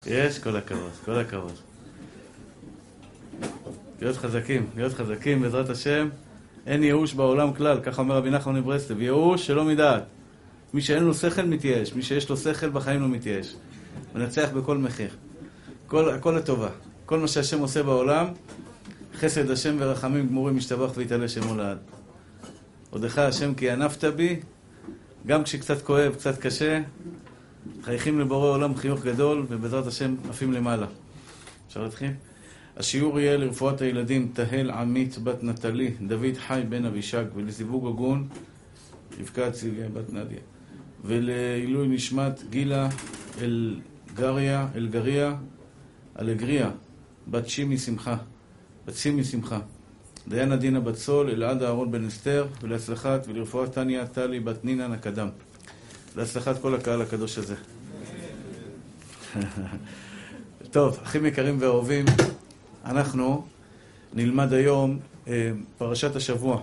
יש, כל הכבוד, כל הכבוד. להיות חזקים, בעזרת השם. אין ייאוש בעולם כלל, ככה אומר רבי נחמן מברסלב. ייאוש שלא מדעת. מי שאין לו שכל מתייאש, מי שיש לו שכל בחיים לא מתייאש. מנצח בכל מחיר. הכל לטובה. כל מה שהשם עושה בעולם, חסד השם ורחמים גמורים משתבח ויתעלה שמו לעד. עודך השם כי ענפת בי, גם כשקצת כואב, קצת קשה, חייכים לבורא עולם חיוך גדול, ובעזרת השם עפים למעלה. אפשר להתחיל? השיעור יהיה לרפואת הילדים תהל עמית בת נטלי, דוד חי בן אבישג, ולזיווג הגון רבקה ציליה בת נדיה, ולעילוי נשמת גילה אלגריה בת שימי שמחה, דיינה דינה בת סול, אלעד אהרון בן אסתר, ולהצלחת ולרפואת טניה טלי בת נינה נקדם, להצלחת כל הקהל הקדוש הזה. טוב, אחים יקרים ואהובים, אנחנו נלמד היום פרשת השבוע.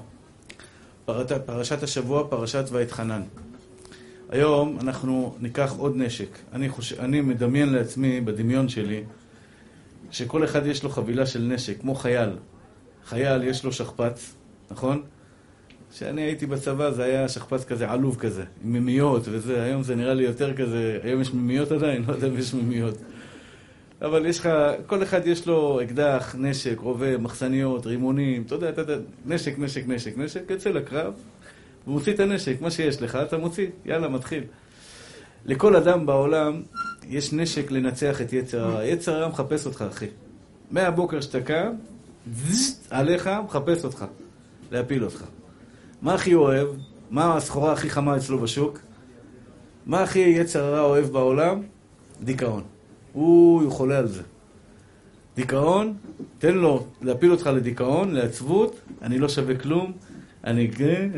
פרשת ואתחנן. היום אנחנו ניקח עוד נשק. אני מדמיין לעצמי, בדמיון שלי, שכל אחד יש לו חבילה של נשק, כמו חייל. חייל יש לו שכפ"ץ, נכון? כשאני הייתי בצבא זה היה שכפ"ץ כזה עלוב כזה, עם מימיות וזה. היום זה נראה לי יותר כזה, היום יש מימיות עדיין? לא יודע אם יש מימיות. אבל יש לך, כל אחד יש לו אקדח, נשק, רובה, מחסניות, רימונים, אתה יודע, נשק, יוצא לקרב, ומוציא את הנשק, מה שיש לך, אתה מוציא, יאללה, מתחיל. לכל אדם בעולם יש נשק לנצח את יצר הרע. יצר הרע מחפש אותך, אחי. מהבוקר שאתה קם, עליך, מחפש אותך, להפיל אותך. מה הכי אוהב? מה הסחורה הכי חמה אצלו בשוק? מה הכי יצר הרע אוהב בעולם? דיכאון. הוא חולה על זה. דיכאון, תן לו להפיל אותך לדיכאון, לעצבות, אני לא שווה כלום, אני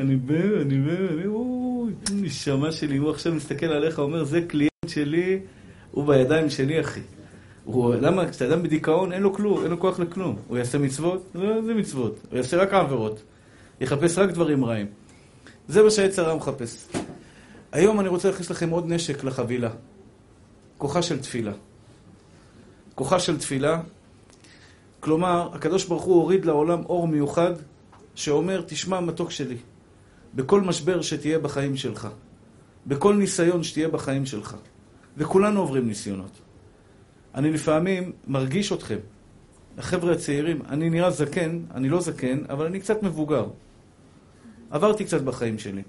נשמה שלי, הוא עכשיו מסתכל עליך, אומר, זה קליינט שלי, הוא בידיים שלי, אחי. למה? כשאדם בדיכאון, אין לו כלום, אין לו כוח לכלום. הוא יעשה מצוות? לא, זה מצוות. הוא יעשה רק עבירות. יחפש רק דברים רעים. זה מה שהיצר הרע מחפש. היום אני רוצה להכניס לכם עוד נשק לחבילה. כוחה של תפילה. כוחה של תפילה, כלומר, הקדוש ברוך הוא הוריד לעולם אור מיוחד, שאומר, תשמע מתוק שלי, בכל משבר שתהיה בחיים שלך, בכל ניסיון שתהיה בחיים שלך, וכולנו עוברים ניסיונות. אני לפעמים מרגיש אתכם, החבר'ה הצעירים, אני נראה זקן, אני לא זקן, אבל אני קצת מבוגר. עברתי קצת בחיים שלי.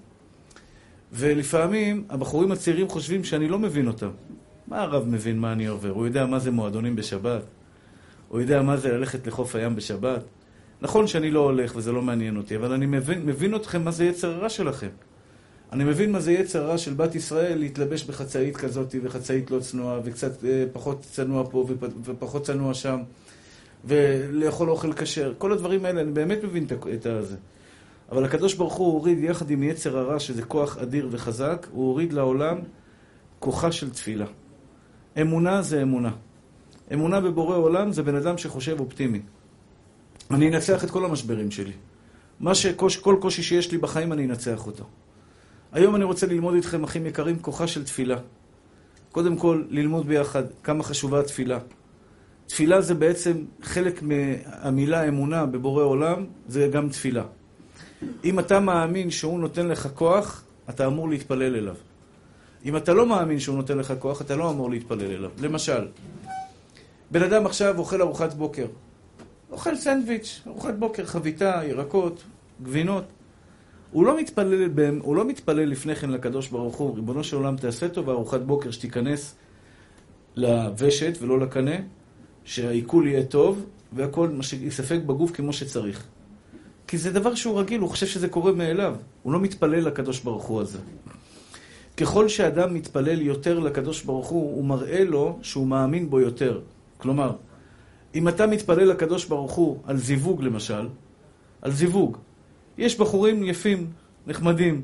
ולפעמים הבחורים הצעירים חושבים שאני לא מבין אותם. מה הרב מבין מה אני עובר? הוא יודע מה זה מועדונים בשבת? הוא יודע מה זה ללכת לחוף הים בשבת? נכון שאני לא הולך וזה לא מעניין אותי, אבל אני מבין אתכם מה זה יצר הרע שלכם. אני מבין מה זה יצר הרע של בת ישראל להתלבש בחצאית כזאת וחצאית לא צנועה, וקצת פחות צנוע פה ופחות צנוע שם, ולאכול אוכל כשר. כל הדברים האלה, אני באמת מבין את זה. אבל הקדוש ברוך הוא הוריד יחד עם יצר הרע, שזה כוח אדיר וחזק, הוא הוריד לעולם כוחה של תפילה. אמונה זה אמונה. אמונה בבורא עולם זה בן אדם שחושב אופטימי. אני אנצח את כל המשברים שלי. כל קושי שיש לי בחיים אני אנצח אותו. היום אני רוצה ללמוד איתכם, אחים יקרים, כוחה של תפילה. קודם כל, ללמוד ביחד כמה חשובה התפילה. תפילה זה בעצם חלק מהמילה אמונה בבורא עולם, זה גם תפילה. אם אתה מאמין שהוא נותן לך כוח, אתה אמור להתפלל אליו. אם אתה לא מאמין שהוא נותן לך כוח, אתה לא אמור להתפלל אליו. למשל, בן אדם עכשיו אוכל ארוחת בוקר. אוכל סנדוויץ', ארוחת בוקר, חביתה, ירקות, גבינות. הוא לא מתפלל לפני כן לקדוש ברוך הוא, ריבונו של עולם תעשה טוב, ארוחת בוקר שתיכנס לוושת ולא לקנה, שהעיכול יהיה טוב, והכל יספק בגוף כמו שצריך. כי זה דבר שהוא רגיל, הוא חושב שזה קורה מאליו. הוא לא מתפלל לקדוש ברוך הוא הזה. ככל שאדם מתפלל יותר לקדוש ברוך הוא, הוא מראה לו שהוא מאמין בו יותר. כלומר, אם אתה מתפלל לקדוש ברוך הוא על זיווג למשל, על זיווג, יש בחורים יפים, נחמדים,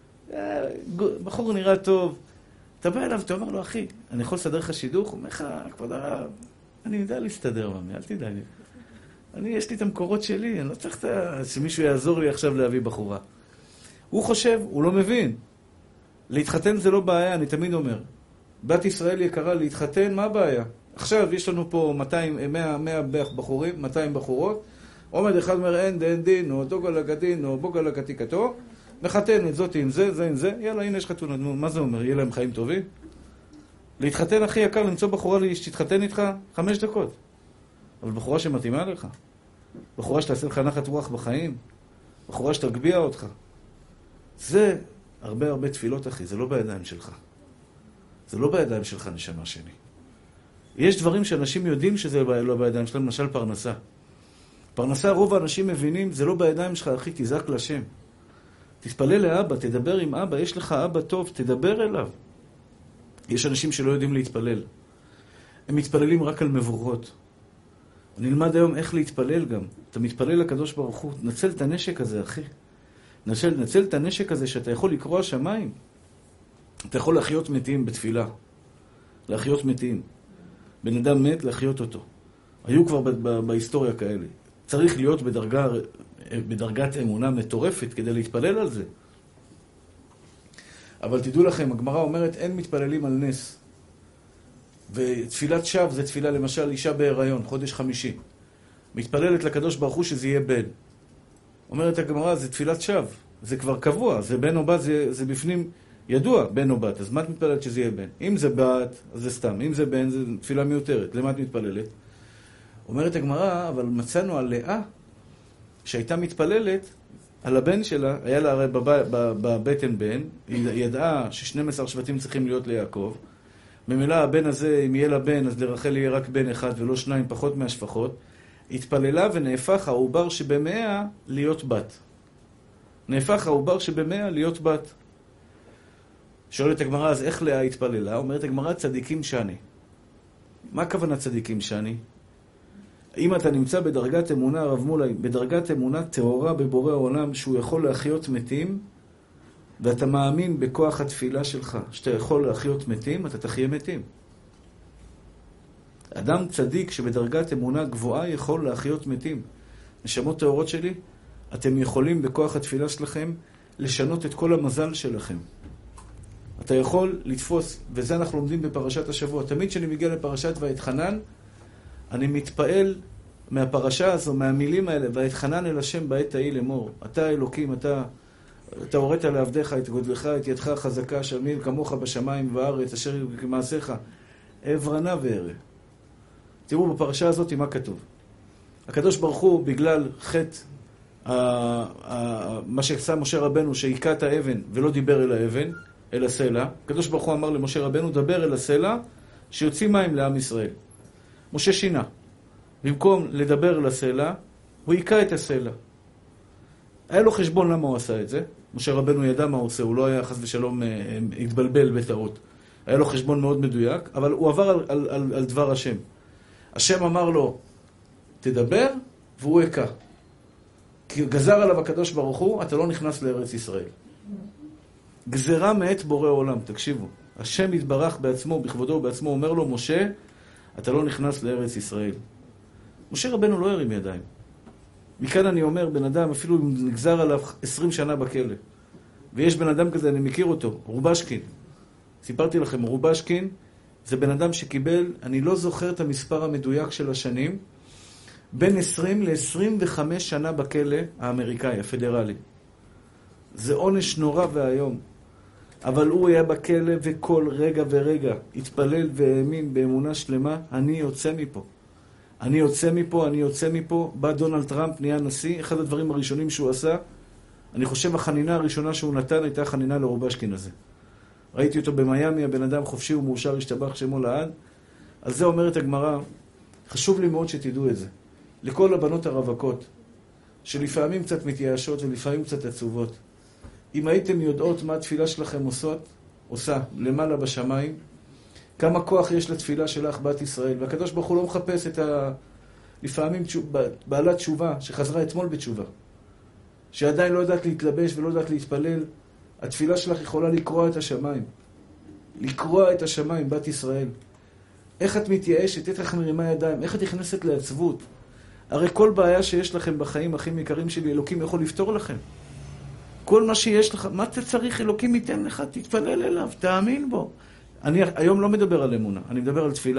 בחור נראה טוב, אתה בא אליו, אתה אומר לו, אחי, אני יכול לסדר לך שידוך? הוא אומר לך, כבוד הרב, אני יודע להסתדר, ממי, אל תדאג לי. יש לי את המקורות שלי, אני לא צריך שמישהו יעזור לי עכשיו להביא בחורה. הוא חושב, הוא לא מבין. להתחתן זה לא בעיה, אני תמיד אומר. בת ישראל יקרה, להתחתן, מה הבעיה? עכשיו יש לנו פה 100 בחורים, 200 בחורות, עומד אחד אומר אין דין, או דוגה לקטין, או בוגה לקטיקתו, מחתן את זאת עם זה, זה עם זה, יאללה, הנה יש חתונה. מה זה אומר? יהיה להם חיים טובים? להתחתן הכי יקר, למצוא בחורה שתתחתן איתך 5 דקות. אבל בחורה שמתאימה לך, בחורה שתעשה לך נחת רוח בחיים, בחורה שתגביע אותך. זה הרבה תפילות, אחי, זה לא בידיים שלך. זה לא בידיים שלך, נשמה שלי. יש דברים שאנשים יודעים שזה לא בידיים שלהם, למשל פרנסה. פרנסה, רוב האנשים מבינים, זה לא בידיים שלך, אחי, תזעק לשם. תתפלל לאבא, תדבר עם אבא, יש לך אבא טוב, תדבר אליו. יש אנשים שלא יודעים להתפלל. הם מתפללים רק על מבורות. נלמד היום איך להתפלל גם. אתה מתפלל לקדוש ברוך הוא, נצל את הנשק הזה, אחי. נצל את הנשק הזה שאתה יכול לקרוא השמיים. אתה יכול להחיות מתים בתפילה. להחיות מתים. בן אדם מת, להחיות אותו. היו כבר בהיסטוריה כאלה. צריך להיות בדרגת אמונה מטורפת כדי להתפלל על זה. אבל תדעו לכם, הגמרא אומרת, אין מתפללים על נס. ותפילת שווא זה תפילה, למשל, אישה בהיריון, חודש 5. מתפללת לקדוש ברוך הוא שזה יהיה בן. אומרת הגמרא, זה תפילת שווא. זה כבר קבוע, זה בן או בת, זה בפנים ידוע, בן או בת. אז מה את מתפללת שזה יהיה בן? אם זה בת, אז זה סתם. אם זה בן, זה תפילה מיותרת. למה את מתפללת? אומרת הגמרא, אבל מצאנו על לאה, שהייתה מתפללת על הבן שלה, היה לה הרי בבטן בן, היא ידעה ש12 שבטים צריכים להיות ליעקב, ממילא הבן הזה, אם יהיה לה בן, אז לרחל יהיה רק בן אחד ולא 2, פחות מהשפחות, התפללה ונהפך העובר שבמאה להיות בת. נהפך העובר שבמאה להיות בת. שואלת הגמרא, אז איך לאה התפללה? אומרת הגמרא, צדיקים שני. מה הכוונה צדיקים שני? אם אתה נמצא בדרגת אמונה, הרב מולי, בדרגת אמונה טהורה בבורא העולם, שהוא יכול להחיות מתים, ואתה מאמין בכוח התפילה שלך, שאתה יכול להחיות מתים, אתה תחיה מתים. אדם צדיק שבדרגת אמונה גבוהה יכול להחיות מתים. נשמות טהורות שלי, אתם יכולים בכוח התפילה שלכם לשנות את כל המזל שלכם. אתה יכול לתפוס, וזה אנחנו לומדים בפרשת השבוע. תמיד כשאני מגיע לפרשת ואתחנן, אני מתפעל מהפרשה הזו, מהמילים האלה, ואתחנן אל השם בעת ההיא לאמור. אתה אלוקים, אתה הורית לעבדיך את גודלך, את ידך החזקה, שמין כמוך בשמיים ובארץ, אשר כמעשיך, אברנה וערה. תראו בפרשה הזאת מה כתוב. הקדוש ברוך הוא, בגלל חטא, מה שעשה משה רבנו, שהיכה את האבן ולא דיבר אל האבן, אל הסלע, הקדוש ברוך הוא אמר למשה רבנו, דבר אל הסלע, שיוציא מים לעם ישראל. משה שינה. במקום לדבר לסלע, הוא היכה את הסלע. היה לו חשבון למה הוא עשה את זה. משה רבנו ידע מה הוא עושה, הוא לא היה חס ושלום התבלבל בטעות. היה לו חשבון מאוד מדויק, אבל הוא עבר על דבר השם. השם אמר לו, תדבר, והוא היכה. כי גזר עליו הקדוש ברוך הוא, אתה לא נכנס לארץ ישראל. גזרה מאת בורא עולם, תקשיבו. השם יתברך בעצמו, בכבודו ובעצמו, אומר לו, משה, אתה לא נכנס לארץ ישראל. משה רבנו לא הרים ידיים. מכאן אני אומר, בן אדם, אפילו אם נגזר עליו 20 שנה בכלא, ויש בן אדם כזה, אני מכיר אותו, רובשקין. סיפרתי לכם, רובשקין זה בן אדם שקיבל, אני לא זוכר את המספר המדויק של השנים, בין 20 ל-25 שנה בכלא האמריקאי, הפדרלי. זה עונש נורא והיום. אבל הוא היה בכלא וכל רגע ורגע התפלל והאמין באמונה שלמה, אני יוצא מפה. אני יוצא מפה, אני יוצא מפה. בא דונלד טראמפ, נהיה נשיא. אחד הדברים הראשונים שהוא עשה, אני חושב החנינה הראשונה שהוא נתן הייתה חנינה לרובשקין הזה. ראיתי אותו במיימי, הבן אדם חופשי ומאושר, השתבח שמו לעד. על זה אומרת הגמרא, חשוב לי מאוד שתדעו את זה. לכל הבנות הרווקות, שלפעמים קצת מתייאשות ולפעמים קצת עצובות. אם הייתם יודעות מה התפילה שלכם עושה למעלה בשמיים, כמה כוח יש לתפילה שלך בת ישראל, והקדוש ברוך הוא לא מחפש את לפעמים בעלת תשובה שחזרה אתמול בתשובה, שעדיין לא יודעת להתלבש ולא יודעת להתפלל, התפילה שלך יכולה לקרוע את השמיים. לקרוע את השמיים, בת ישראל. איך את מתייאשת, איך את מרימה ידיים, איך את נכנסת לעצבות. הרי כל בעיה שיש לכם בחיים, אחים יקרים שלי, אלוקים יכול לפתור לכם. כל מה שיש לך, מה אתה צריך, אלוקים ייתן לך, תתפלל אליו, תאמין בו. אני היום לא מדבר על אמונה, אני מדבר על תפילה.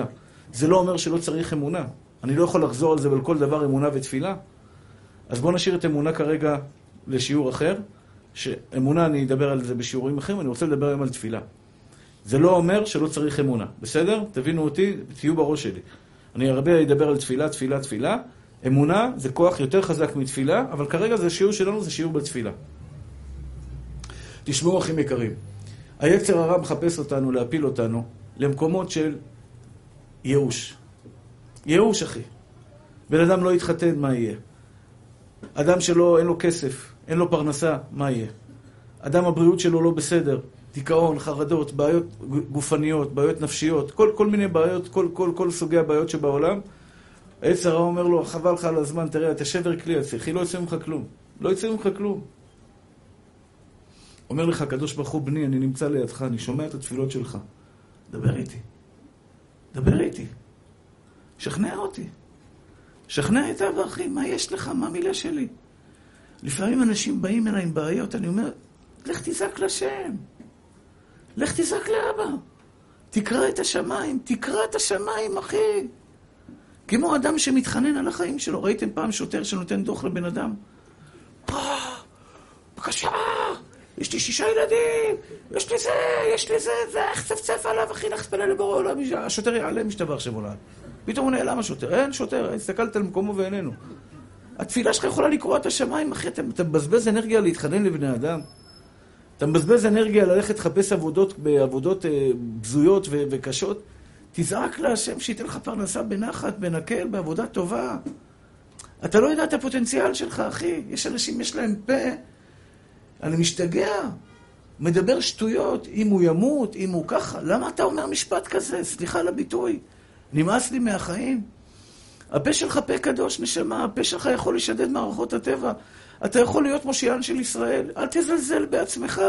זה לא אומר שלא צריך אמונה. אני לא יכול לחזור על זה ועל כל דבר אמונה ותפילה. אז בואו נשאיר את אמונה כרגע לשיעור אחר. שאמונה, אני אדבר על זה בשיעורים אחרים, אני רוצה לדבר היום על תפילה. זה לא אומר שלא צריך אמונה. בסדר? תבינו אותי, תהיו בראש שלי. אני הרבה אדבר על תפילה, תפילה, תפילה. אמונה זה כוח יותר חזק מתפילה, אבל כרגע זה שיעור שלנו, זה שיעור בתפילה. תשמעו אחים יקרים. היצר הרע מחפש אותנו, להפיל אותנו, למקומות של ייאוש. ייאוש, אחי. בן אדם לא יתחתן, מה יהיה? אדם שלו אין לו כסף, אין לו פרנסה, מה יהיה? אדם הבריאות שלו לא בסדר, דיכאון, חרדות, בעיות גופניות, בעיות נפשיות, כל מיני בעיות, כל סוגי הבעיות שבעולם. היצר הרע אומר לו, חבל לך על הזמן, תראה, אתה שבר כלי, אחי, לא יצא ממך כלום. לא יצא ממך כלום. אומר לך, הקדוש ברוך הוא, בני, אני נמצא לידך, אני שומע את התפילות שלך. דבר איתי. דבר איתי. שכנע אותי. שכנע את אבא, אחי, מה יש לך? מה המילה שלי? לפעמים אנשים באים אליי עם בעיות, אני אומר, לך תזעק לשם. לך תזעק לאבא. תקרא את השמיים, תקרא את השמיים, אחי. כמו אדם שמתחנן על החיים שלו. ראיתם פעם שוטר שנותן דוח לבן אדם? בבקשה, יש לי 6 ילדים, יש לי זה, איך צפצף עליו, אחי, לך תפלל לבורא עולם. השוטר יעלם, משתבח שם עולם. פתאום הוא נעלם השוטר. אין שוטר, הסתכלת על מקומו ואיננו. התפילה שלך יכולה לקרוא את השמיים, אחי, אתה מבזבז אנרגיה להתחנן לבני אדם. אתה מבזבז אנרגיה ללכת לחפש בעבודות בזויות וקשות. תזעק להשם שייתן לך פרנסה בנחת, בנקל, בעבודה טובה. אתה לא יודע את הפוטנציאל שלך, אחי. יש אנשים, יש להם פה. אני משתגע. מדבר שטויות. אם הוא ימות, אם הוא ככה. למה אתה אומר משפט כזה? סליחה על הביטוי. נמאס לי מהחיים. הפה שלך פה קדוש, נשמה. הפה שלך יכול לשדד מערכות הטבע. אתה יכול להיות מושיען של ישראל. אל תזלזל בעצמך.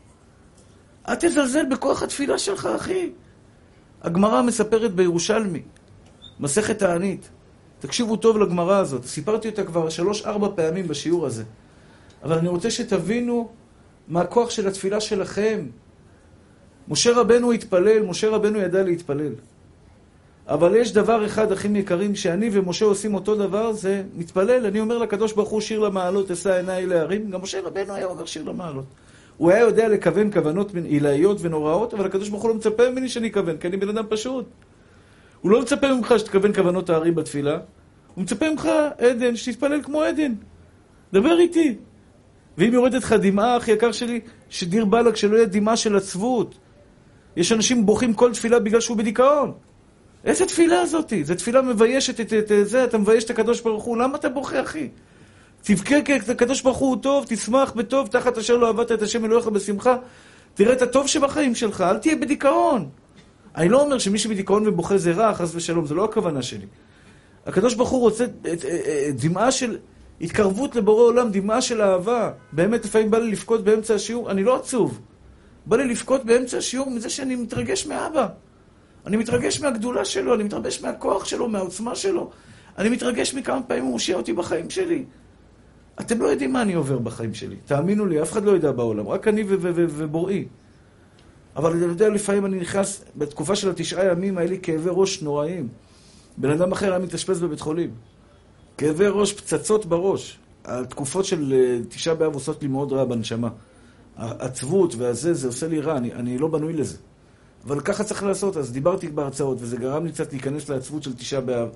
אל תזלזל בכוח התפילה שלך, אחי. הגמרא מספרת בירושלמי, מסכת הענית. תקשיבו טוב לגמרא הזאת. סיפרתי אותה כבר 3-4 פעמים בשיעור הזה. אבל אני רוצה שתבינו מה הכוח של התפילה שלכם. משה רבנו התפלל, משה רבנו ידע להתפלל. אבל יש דבר אחד, אחים יקרים, שאני ומשה עושים אותו דבר, זה מתפלל. אני אומר לקדוש ברוך הוא, שיר למעלות, אשא עיניי להרים. גם משה רבנו היה אומר שיר למעלות. הוא היה יודע לכוון כוונות עילאיות ונוראות, אבל הקדוש ברוך הוא לא מצפה ממני שאני אכוון, כי אני בן אדם פשוט. הוא לא מצפה ממך שתכוון כוונות הערים בתפילה. הוא מצפה ממך, עדן, שתתפלל כמו עדן. דבר איתי. ואם יורדת לך דמעה, אח יקר שלי, שדיר בלק, שלא יהיה דמעה של עצבות. יש אנשים בוכים כל תפילה בגלל שהוא בדיכאון. איזה תפילה הזאת? זו תפילה מביישת את זה, אתה מבייש את הקדוש ברוך הוא. למה אתה בוכה, אחי? תבכה כי הקדוש ברוך הוא טוב, תשמח בטוב, תחת אשר לא עבדת את השם אלוהיך בשמחה. תראה את הטוב שבחיים שלך, אל תהיה בדיכאון. אני לא אומר שמי שבדיכאון ובוכה זה רע, חס ושלום, זה לא הכוונה שלי. הקדוש ברוך הוא רוצה דמעה של התקרבות לבורא עולם, דמעה של אהבה. באמת לפעמים בא לי לבכות באמצע השיעור, אני לא עצוב. בא לי לבכות באמצע השיעור מזה שאני מתרגש מאבא. אני מתרגש מהגדולה שלו, אני מתרגש מהכוח שלו, מהעוצמה שלו. אני מתרגש מכמה פעמים הוא מושיע אותי בחיים שלי. אתם לא יודעים מה אני עובר בחיים שלי. תאמינו לי, אף אחד לא יודע בעולם. רק אני ובוראי. אבל אני יודע, לפעמים אני נכנס, בתקופה של 9 ימים, היה לי כאבי ראש נוראים. בן אדם אחר היה מתאשפז בבית חולים. כאבי ראש, פצצות בראש. התקופות של 9 באב עושות לי מאוד רע בנשמה. העצבות והזה, זה עושה לי רע. אני לא בנוי לזה. אבל ככה צריך לעשות. אז דיברתי בהרצאות, וזה גרם לי קצת להיכנס לעצבות של 9 באב.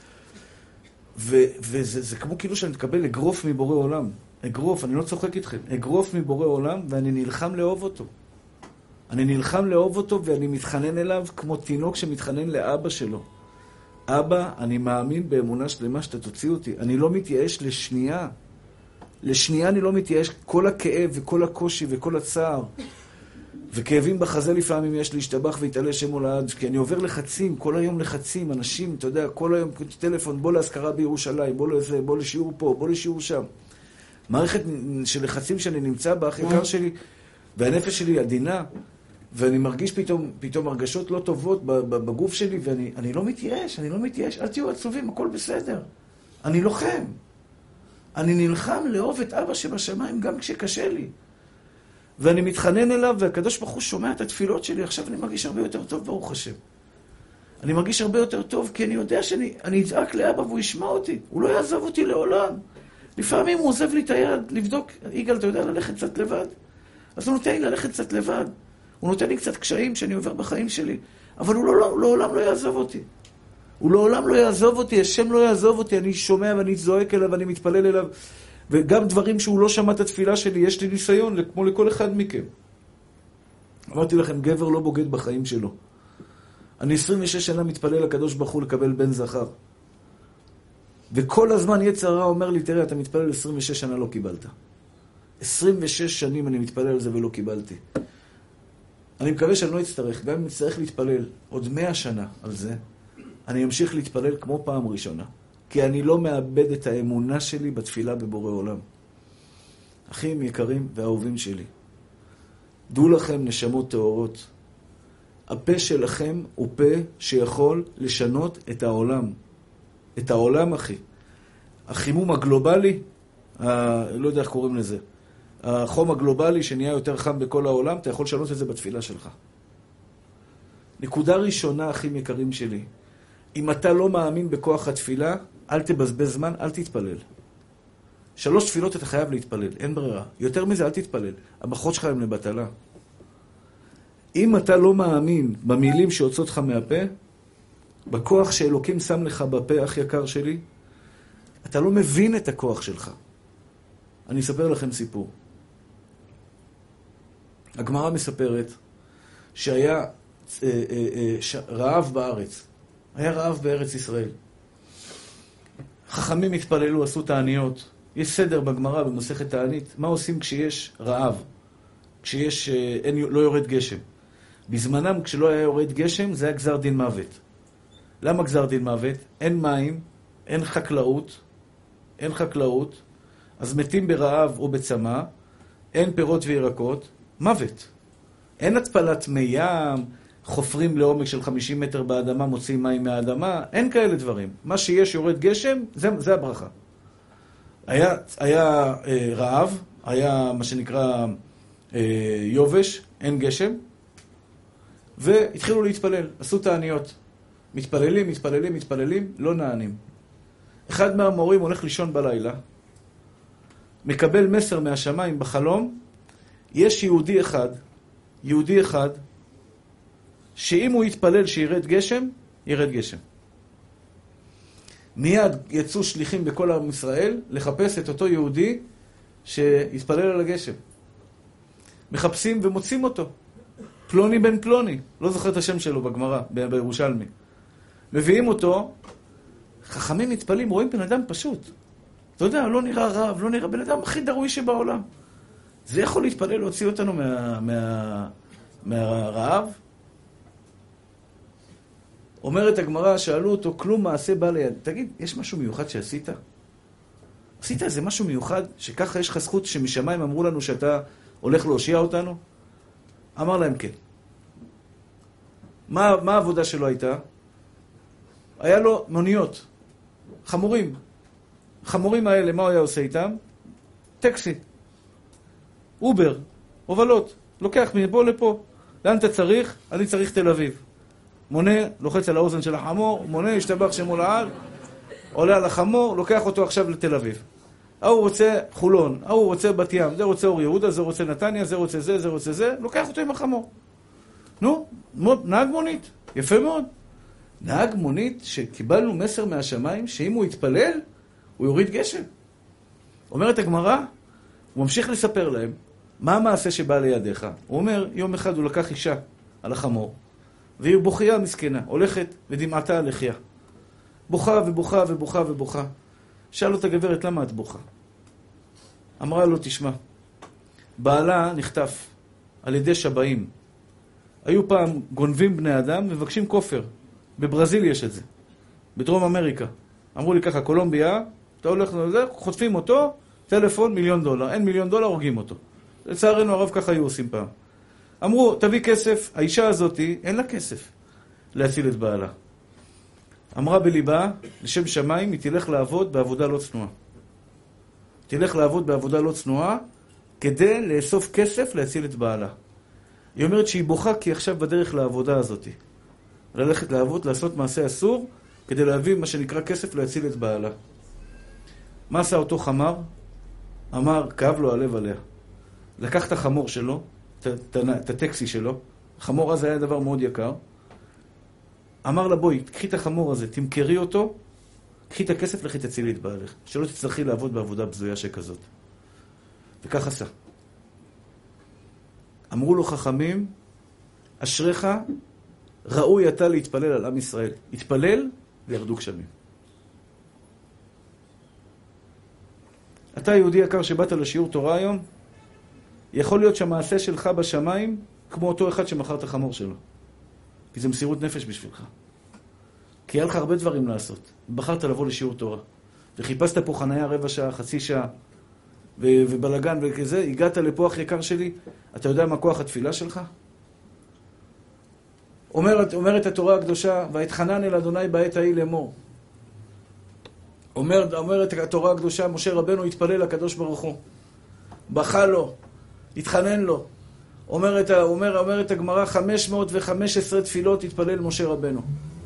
וזה כמו כאילו שאני מתקבל אגרוף מבורא עולם. אגרוף, אני לא צוחק איתכם. אגרוף מבורא עולם, ואני נלחם לאהוב אותו. אני נלחם לאהוב אותו, ואני מתחנן אליו כמו תינוק שמתחנן לאבא שלו. אבא, אני מאמין באמונה שלמה שאתה תוציא אותי. אני לא מתייאש לשנייה. לשנייה אני לא מתייאש. כל הכאב וכל הקושי וכל הצער. וכאבים בחזה לפעמים יש להשתבח והתעלה שם הולד, כי אני עובר לחצים, כל היום לחצים, אנשים, אתה יודע, כל היום טלפון, בוא להזכרה בירושלים, בוא לזה, בוא לשיעור פה, בוא לשיעור שם. מערכת של לחצים שאני נמצא בה, אחי יקר שלי, והנפש שלי עדינה, ואני מרגיש פתאום הרגשות לא טובות בגוף שלי, ואני לא מתייאש, אל תהיו עצובים, הכל בסדר. אני לוחם. אני נלחם לאהוב את אבא שבשמיים גם כשקשה לי. ואני מתחנן אליו, והקדוש ברוך הוא שומע את התפילות שלי, עכשיו אני מרגיש הרבה יותר טוב, ברוך השם. אני מרגיש הרבה יותר טוב, כי אני יודע שאני אצעק לאבא והוא ישמע אותי. הוא לא יעזוב אותי לעולם. לפעמים הוא עוזב לי את היד, לבדוק, יגאל, אתה יודע ללכת קצת לבד? אז הוא נותן לי ללכת קצת לבד. הוא נותן לי קצת קשיים שאני עובר בחיים שלי. אבל הוא לעולם לא יעזוב אותי. הוא לעולם לא יעזוב אותי, השם לא יעזוב אותי. אני שומע ואני זועק אליו ואני מתפלל אליו. וגם דברים שהוא לא שמע את התפילה שלי, יש לי ניסיון, כמו לכל אחד מכם. אמרתי לכם, גבר לא בוגד בחיים שלו. אני 26 שנה מתפלל לקדוש ברוך הוא לקבל בן זכר. וכל הזמן יצר הרע אומר לי, תראה, אתה מתפלל 26 שנה לא קיבלת. 26 שנים אני מתפלל על זה ולא קיבלתי. אני מקווה שאני לא אצטרך, גם אם אצטרך להתפלל עוד 100 שנה על זה, אני אמשיך להתפלל כמו פעם ראשונה. כי אני לא מאבד את האמונה שלי בתפילה בבורא עולם. אחים יקרים ואהובים שלי, דעו לכם נשמות טהורות. הפה שלכם הוא פה שיכול לשנות את העולם. את העולם, אחי. החימום הגלובלי, לא יודע איך קוראים לזה, החום הגלובלי שנהיה יותר חם בכל העולם, אתה יכול לשנות את זה בתפילה שלך. נקודה ראשונה, אחים יקרים שלי, אם אתה לא מאמין בכוח התפילה, אל תבזבז זמן, אל תתפלל. 3 תפילות אתה חייב להתפלל, אין ברירה. יותר מזה, אל תתפלל. הברכות שלך הם לבטלה. אם אתה לא מאמין במילים שיוצאות לך מהפה, בכוח שאלוקים שם לך בפה, אח יקר שלי, אתה לא מבין את הכוח שלך. אני אספר לכם סיפור. הגמרא מספרת שהיה רעב בארץ. היה רעב בארץ ישראל. חכמים התפללו, עשו תעניות. יש סדר בגמרא במסכת תענית. מה עושים כשיש רעב? לא יורד גשם. בזמנם כשלא היה יורד גשם זה היה גזר דין מוות. למה גזר דין מוות? אין מים, אין חקלאות, אז מתים ברעב או בצמא, אין פירות וירקות, מוות. אין התפלת מי ים, חופרים לעומק של 50 מטר באדמה, מוציאים מים מהאדמה, אין כאלה דברים. מה שיש יורד גשם, זה הברכה. היה רעב, היה מה שנקרא יובש, אין גשם, והתחילו להתפלל, עשו תעניות. מתפללים, לא נענים. אחד מהמורים הולך לישון בלילה, מקבל מסר מהשמיים בחלום, יש יהודי אחד, שאם הוא יתפלל שירד גשם, ירד גשם. מיד יצאו שליחים בכל עם ישראל לחפש את אותו יהודי שיתפלל על הגשם. מחפשים ומוצאים אותו. פלוני בן פלוני, לא זוכר את השם שלו בגמרא, בירושלמי. מביאים אותו, חכמים מתפלים, רואים בן אדם פשוט. אתה יודע, לא נראה רב, לא נראה בן אדם הכי דרוי שבעולם. זה יכול להתפלל להוציא אותנו מהרעב? אומרת הגמרא, שאלו אותו, כלום מעשה בא ליד. תגיד, יש משהו מיוחד שעשית? עשית איזה משהו מיוחד, שככה יש לך זכות שמשמיים אמרו לנו שאתה הולך להושיע אותנו? אמר להם כן. מה העבודה שלו הייתה? היה לו מוניות, חמורים. חמורים האלה, מה הוא היה עושה איתם? טקסי, אובר, הובלות. לוקח מפה לפה. לאן אתה צריך? אני צריך תל אביב. מונה, לוחץ על האוזן של החמור, מונה, השתבח שמו לעל, עולה על החמור, לוקח אותו עכשיו לתל אביב. הוא רוצה חולון, הוא רוצה בת ים, זה רוצה אור יהודה, זה רוצה נתניה, זה רוצה זה, זה רוצה זה, לוקח אותו עם החמור. נו, נהג מונית, יפה מאוד. נהג מונית שקיבלנו מסר מהשמיים, שאם הוא יתפלל, הוא יוריד גשם. אומרת הגמרא, הוא ממשיך לספר להם, מה המעשה שבא לידיך? הוא אומר, יום אחד הוא לקח אישה על החמור, והיא בוכייה מסכנה, הולכת ודמעתה על לחיה. בוכה ובוכה ובוכה ובוכה. שאל אותה גברת, למה את בוכה? אמרה לו, תשמע, בעלה נחטף על ידי שבאים. היו פעם גונבים בני אדם ומבקשים כופר. בברזיל יש את זה. בדרום אמריקה. אמרו לי ככה, קולומביה, אתה הולך לזה, חוטפים אותו, טלפון, $1,000,000. אין $1,000,000, הורגים אותו. לצערנו הרב ככה היו עושים פעם. אמרו, תביא כסף, האישה הזאת אין לה כסף להציל את בעלה. אמרה בליבה, לשם שמיים, היא תלך לעבוד בעבודה לא צנועה. תלך לעבוד בעבודה לא צנועה, כדי לאסוף כסף להציל את בעלה. היא אומרת שהיא בוכה כי עכשיו בדרך לעבודה הזאת. ללכת לעבוד, לעשות מעשה אסור, כדי להביא מה שנקרא כסף להציל את בעלה. מה עשה אותו חמר? אמר, כאב לו הלב עליה. לקח את החמור שלו, את הטקסי שלו, החמור הזה היה דבר מאוד יקר, אמר לה, בואי, קחי את החמור הזה, תמכרי אותו, קחי את הכסף, לכי תצילי את בעלך, שלא תצטרכי לעבוד בעבודה בזויה שכזאת. וכך עשה. אמרו לו חכמים, אשריך, ראוי אתה להתפלל על עם ישראל. התפלל וירדו גשמים. אתה יהודי יקר שבאת לשיעור תורה היום, יכול להיות שהמעשה שלך בשמיים כמו אותו אחד שמכר את החמור שלו. כי זה מסירות נפש בשבילך. כי היה לך הרבה דברים לעשות. בחרת לבוא לשיעור תורה. וחיפשת פה חניה רבע שעה, חצי שעה, ובלגן וכזה, הגעת לפה אח יקר שלי, אתה יודע מה כוח התפילה שלך? אומרת התורה הקדושה, והתחנן אל אדוני בעת ההיא לאמור. אומרת התורה הקדושה, משה רבנו התפלל לקדוש ברוך הוא. בכה לו, התחנן לו. אומרת הגמרא, 515 תפילות התפלל משה רבנו.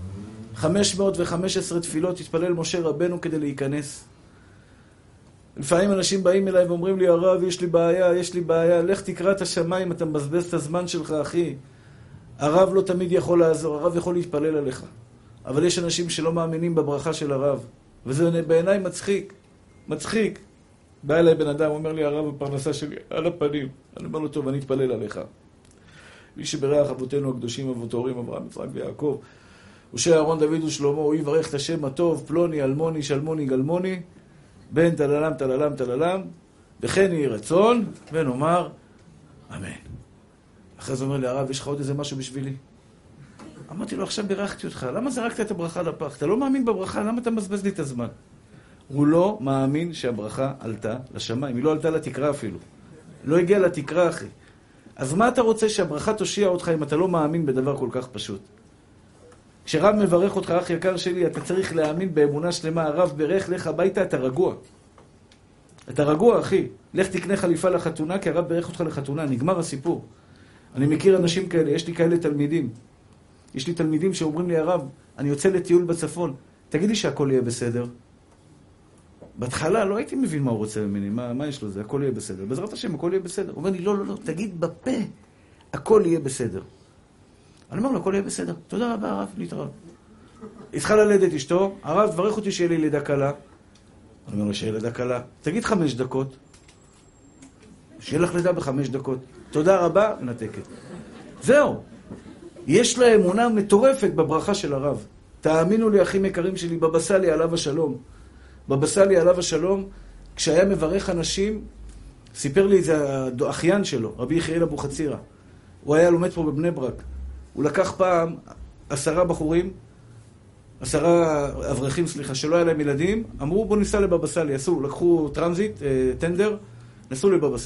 515 תפילות התפלל משה רבנו כדי להיכנס. לפעמים אנשים באים אליי ואומרים לי, הרב, יש לי בעיה, לך תקרא את השמיים, אתה מבזבז את הזמן שלך, אחי. הרב לא תמיד יכול לעזור, הרב יכול להתפלל עליך. אבל יש אנשים שלא מאמינים בברכה של הרב. וזה בעיניי מצחיק. בא אליי בן אדם, אומר לי, הרב, הפרנסה שלי על הפנים. אני אומר לו, טוב, אני אתפלל עליך. מי שברך אבותינו הקדושים, אבות ההורים, אברהם, יצחק ויעקב, משה, אהרון, דוד ושלמה, הוא יברך את השם הטוב, פלוני, אלמוני, שלמוני, גלמוני, בן תללם, וכן יהי רצון, ונאמר, אמן. אחרי זה אומר לי, הרב, יש לך עוד איזה משהו בשבילי? אמרתי לו, עכשיו בירכתי אותך, למה זרקת את הברכה לפח? אתה לא מאמין בברכה, למה אתה מבזבז לי את הזמן? הוא לא מאמין שהברכה עלתה לשמיים, היא לא עלתה לתקרה אפילו. לא הגיעה לתקרה, אחי. אז מה אתה רוצה שהברכה תושיע אותך אם אתה לא מאמין בדבר כל כך פשוט? כשרב מברך אותך, אח יקר שלי, אתה צריך להאמין באמונה שלמה. הרב ברך לך הביתה, אתה רגוע. אתה רגוע, אחי. לך תקנה חליפה לחתונה, כי הרב ברך אותך לחתונה. נגמר הסיפור. אני מכיר אנשים כאלה, יש לי כאלה תלמידים. יש לי תלמידים שאומרים לי, הרב, אני יוצא לטיול בצפון. תגיד לי שהכל יהיה בסדר. בהתחלה לא הייתי מבין מה הוא רוצה ממני, מה יש לו זה, הכל יהיה בסדר. בעזרת השם, הכל יהיה בסדר. הוא אומר לי, לא, תגיד בפה, הכל יהיה בסדר. אני אומר לו, הכל יהיה בסדר. תודה רבה, הרב, להתראות. התחיל ללדת אשתו, הרב, תברך אותי שיהיה לי לידה קלה. אני אומר לו, שיהיה לידה קלה. תגיד 5 דקות. שיהיה לך לידה ב5 דקות. תודה רבה, מנתקת. זהו. יש לה אמונה מטורפת בברכה של הרב. תאמינו לי, אחים יקרים שלי, בבא סאלי עליו השלום. בבא סאלי עליו השלום, כשהיה מברך אנשים, סיפר לי את זה האחיין שלו, רבי יחיאל אבוחצירא. הוא היה לומד פה בבני ברק. הוא לקח פעם 10 אברכים, שלא היה להם ילדים, אמרו בוא ניסע לבבא סאלי, לקחו טרנזיט, טנדר, נסעו לבבא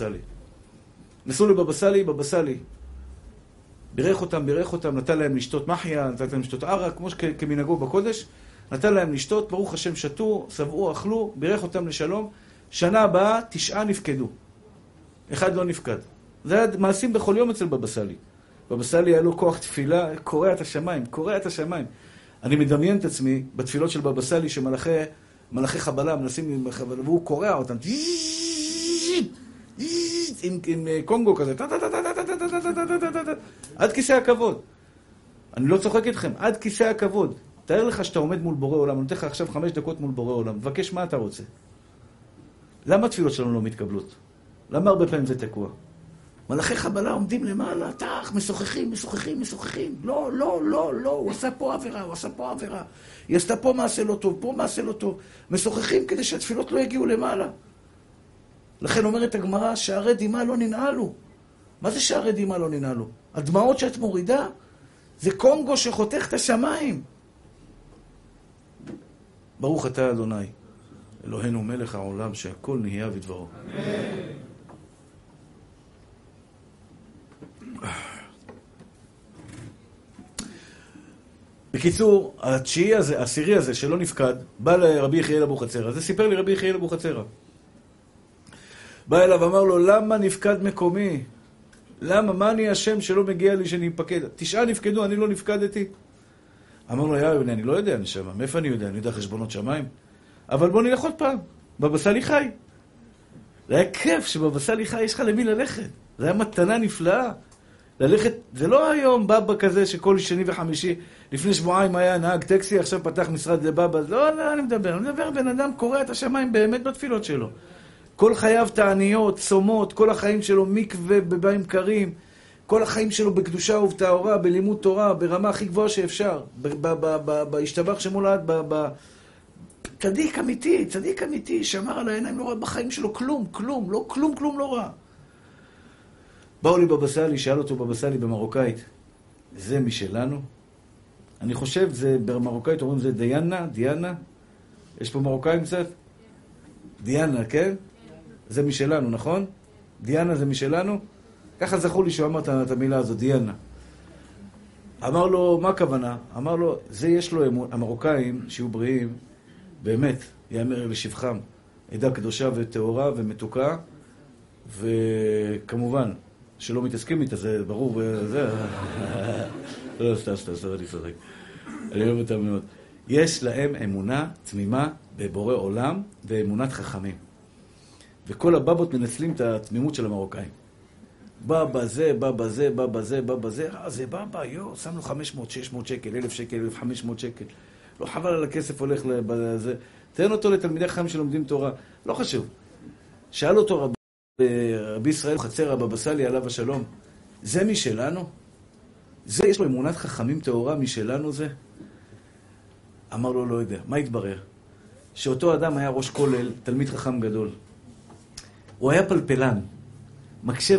סאלי. בבא סאלי. בירך אותם, נתן להם לשתות מחיה, נתן להם לשתות ערק, כמו כמנהגו בקודש, נתן להם לשתות, ברוך השם שתו, שבעו, אכלו, בירך אותם לשלום. שנה הבאה 9 נפקדו. 1 לא נפקד. זה היה מעשים בכל יום אצל בבא סאלי. בבא סאלי היה לו כוח תפילה, קורע את השמיים. אני מדמיין את עצמי בתפילות של בבא סאלי שמלאכי חבלה מנסים, והוא קורע אותם. עם קונגו כזה. עד כיסא הכבוד. אני לא צוחק איתכם, עד כיסא הכבוד. תאר לך שאתה עומד מול בורא עולם, אני נותן לך עכשיו 5 דקות מול בורא עולם, מבקש מה אתה רוצה. למה התפילות שלנו לא מתקבלות? למה הרבה פעמים זה תקוע? מלאכי חבלה עומדים למעלה, משוחחים. לא, הוא עשה פה עבירה. היא עשתה פה מעשה לא טוב, משוחחים כדי שהתפילות לא יגיעו למעלה. לכן אומרת הגמרא, שערי דמעה לא ננעלו. מה זה שערי דמעה לא ננעלו? הדמעות שאת מורידה, זה קונגו שחותך את השמיים. ברוך אתה אדוני, אלוהינו מלך העולם, שהכל נהיה בדברו. בקיצור, העשירי הזה שלא נפקד, בא לרבי יחיאל אבוחצירא. זה סיפר לי רבי יחיאל אבוחצירא. בא אליו ואמר לו, למה נפקד מקומי? למה? מה אני השם שלא מגיע לי שאני אפקד? 9 נפקדו, אני לא נפקדתי. אמר לו, אני לא יודע, נשמה, מאיפה אני יודע? אני יודע חשבונות שמיים. אבל בוא נלך עוד פעם, בבא סאלי חי. זה היה כיף שבבא סאלי חי יש לך למי ללכת. זה היה מתנה נפלאה. ללכת, זה לא היום בבא כזה שכל שני וחמישי, לפני שבועיים היה נהג טקסי, עכשיו פתח משרד לבבא. לא, אני מדבר בן אדם קורא את השמיים באמת בתפילות שלו. כל חייו תעניות, צומות, כל החיים שלו מקווה במים קרים, כל החיים שלו בקדושה ובטהרה, בלימוד תורה, ברמה הכי גבוהה שאפשר, בהשתבח שמולד, צדיק אמיתי, שמר על העיניים, לא ראה בחיים שלו כלום לא ראה. באו לי בבא סאלי, שאל אותו בבא סאלי במרוקאית, זה משלנו? אני חושב, זה במרוקאית אומרים זה דיאנה? יש פה מרוקאים קצת? דיאנה, כן? זה משלנו, נכון? דיאנה זה משלנו? ככה זכור לי שהוא אמר את המילה הזו, דיאנה. אמר לו, מה הכוונה? אמר לו, זה יש לו אמון, המרוקאים שיהיו בריאים, באמת, יאמר לשבחם, עדה קדושה וטהורה ומתוקה, וכמובן, שלא מתעסקים איתה, זה ברור, וזה... לא, סתם, אני צודק. אני אוהב אותם מאוד. יש להם אמונה תמימה בבורא עולם ואמונת חכמים. וכל הבבות מנצלים את התמימות של המרוקאים. בבא זה, זה בבא, שם לו 500, 600 שקל, 1,000 שקל, 1,500 שקל. לא חבל על הכסף הולך לזה. תן אותו לתלמידי חכמים שלומדים תורה. לא חשוב. שאל אותו רבי ישראל חצר, הבבא סאלי עליו השלום, זה משלנו? זה יש לו אמונת חכמים טהורה משלנו זה? אמר לו, לא יודע. מה התברר? שאותו אדם היה ראש כולל, תלמיד חכם גדול. הוא היה פלפלן. מקשה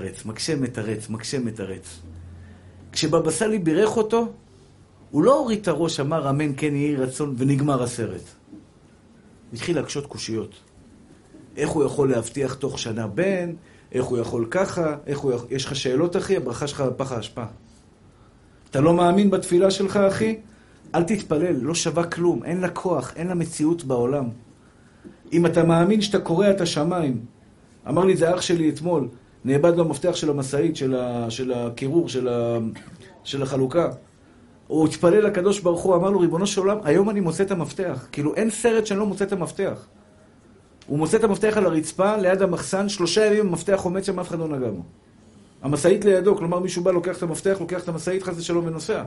ומתרץ. כשבבא סאלי בירך אותו, הוא לא הוריד את הראש, אמר אמן כן יהי רצון ונגמר הסרט. הוא התחיל להקשות קושיות. איך הוא יכול להבטיח תוך שנה בן? איך הוא יכול ככה? יש לך שאלות אחי? הברכה שלך בפח האשפה. אתה לא מאמין בתפילה שלך אחי? אל תתפלל, לא שווה כלום, אין לה כוח, אין לה מציאות בעולם. אם אתה מאמין שאתה קורא את השמיים, אמר לי זה אח שלי אתמול, נאבד לו מפתח של המסעית, של הקירור, של החלוקה. הוא התפלל לקדוש ברוך הוא, אמר לו ריבונו של עולם, היום אני מוצא את המפתח. כאילו אין סרט שאני לא מוצא את המפתח. הוא מוצא את המפתח על הרצפה, ליד המחסן, 3 ימים המפתח עומד שם, אף אחד לא נגע בו. המסעית לידו, כלומר מישהו בא, לוקח את המפתח, לוקח את המסעית, חס ושלום ונוסע.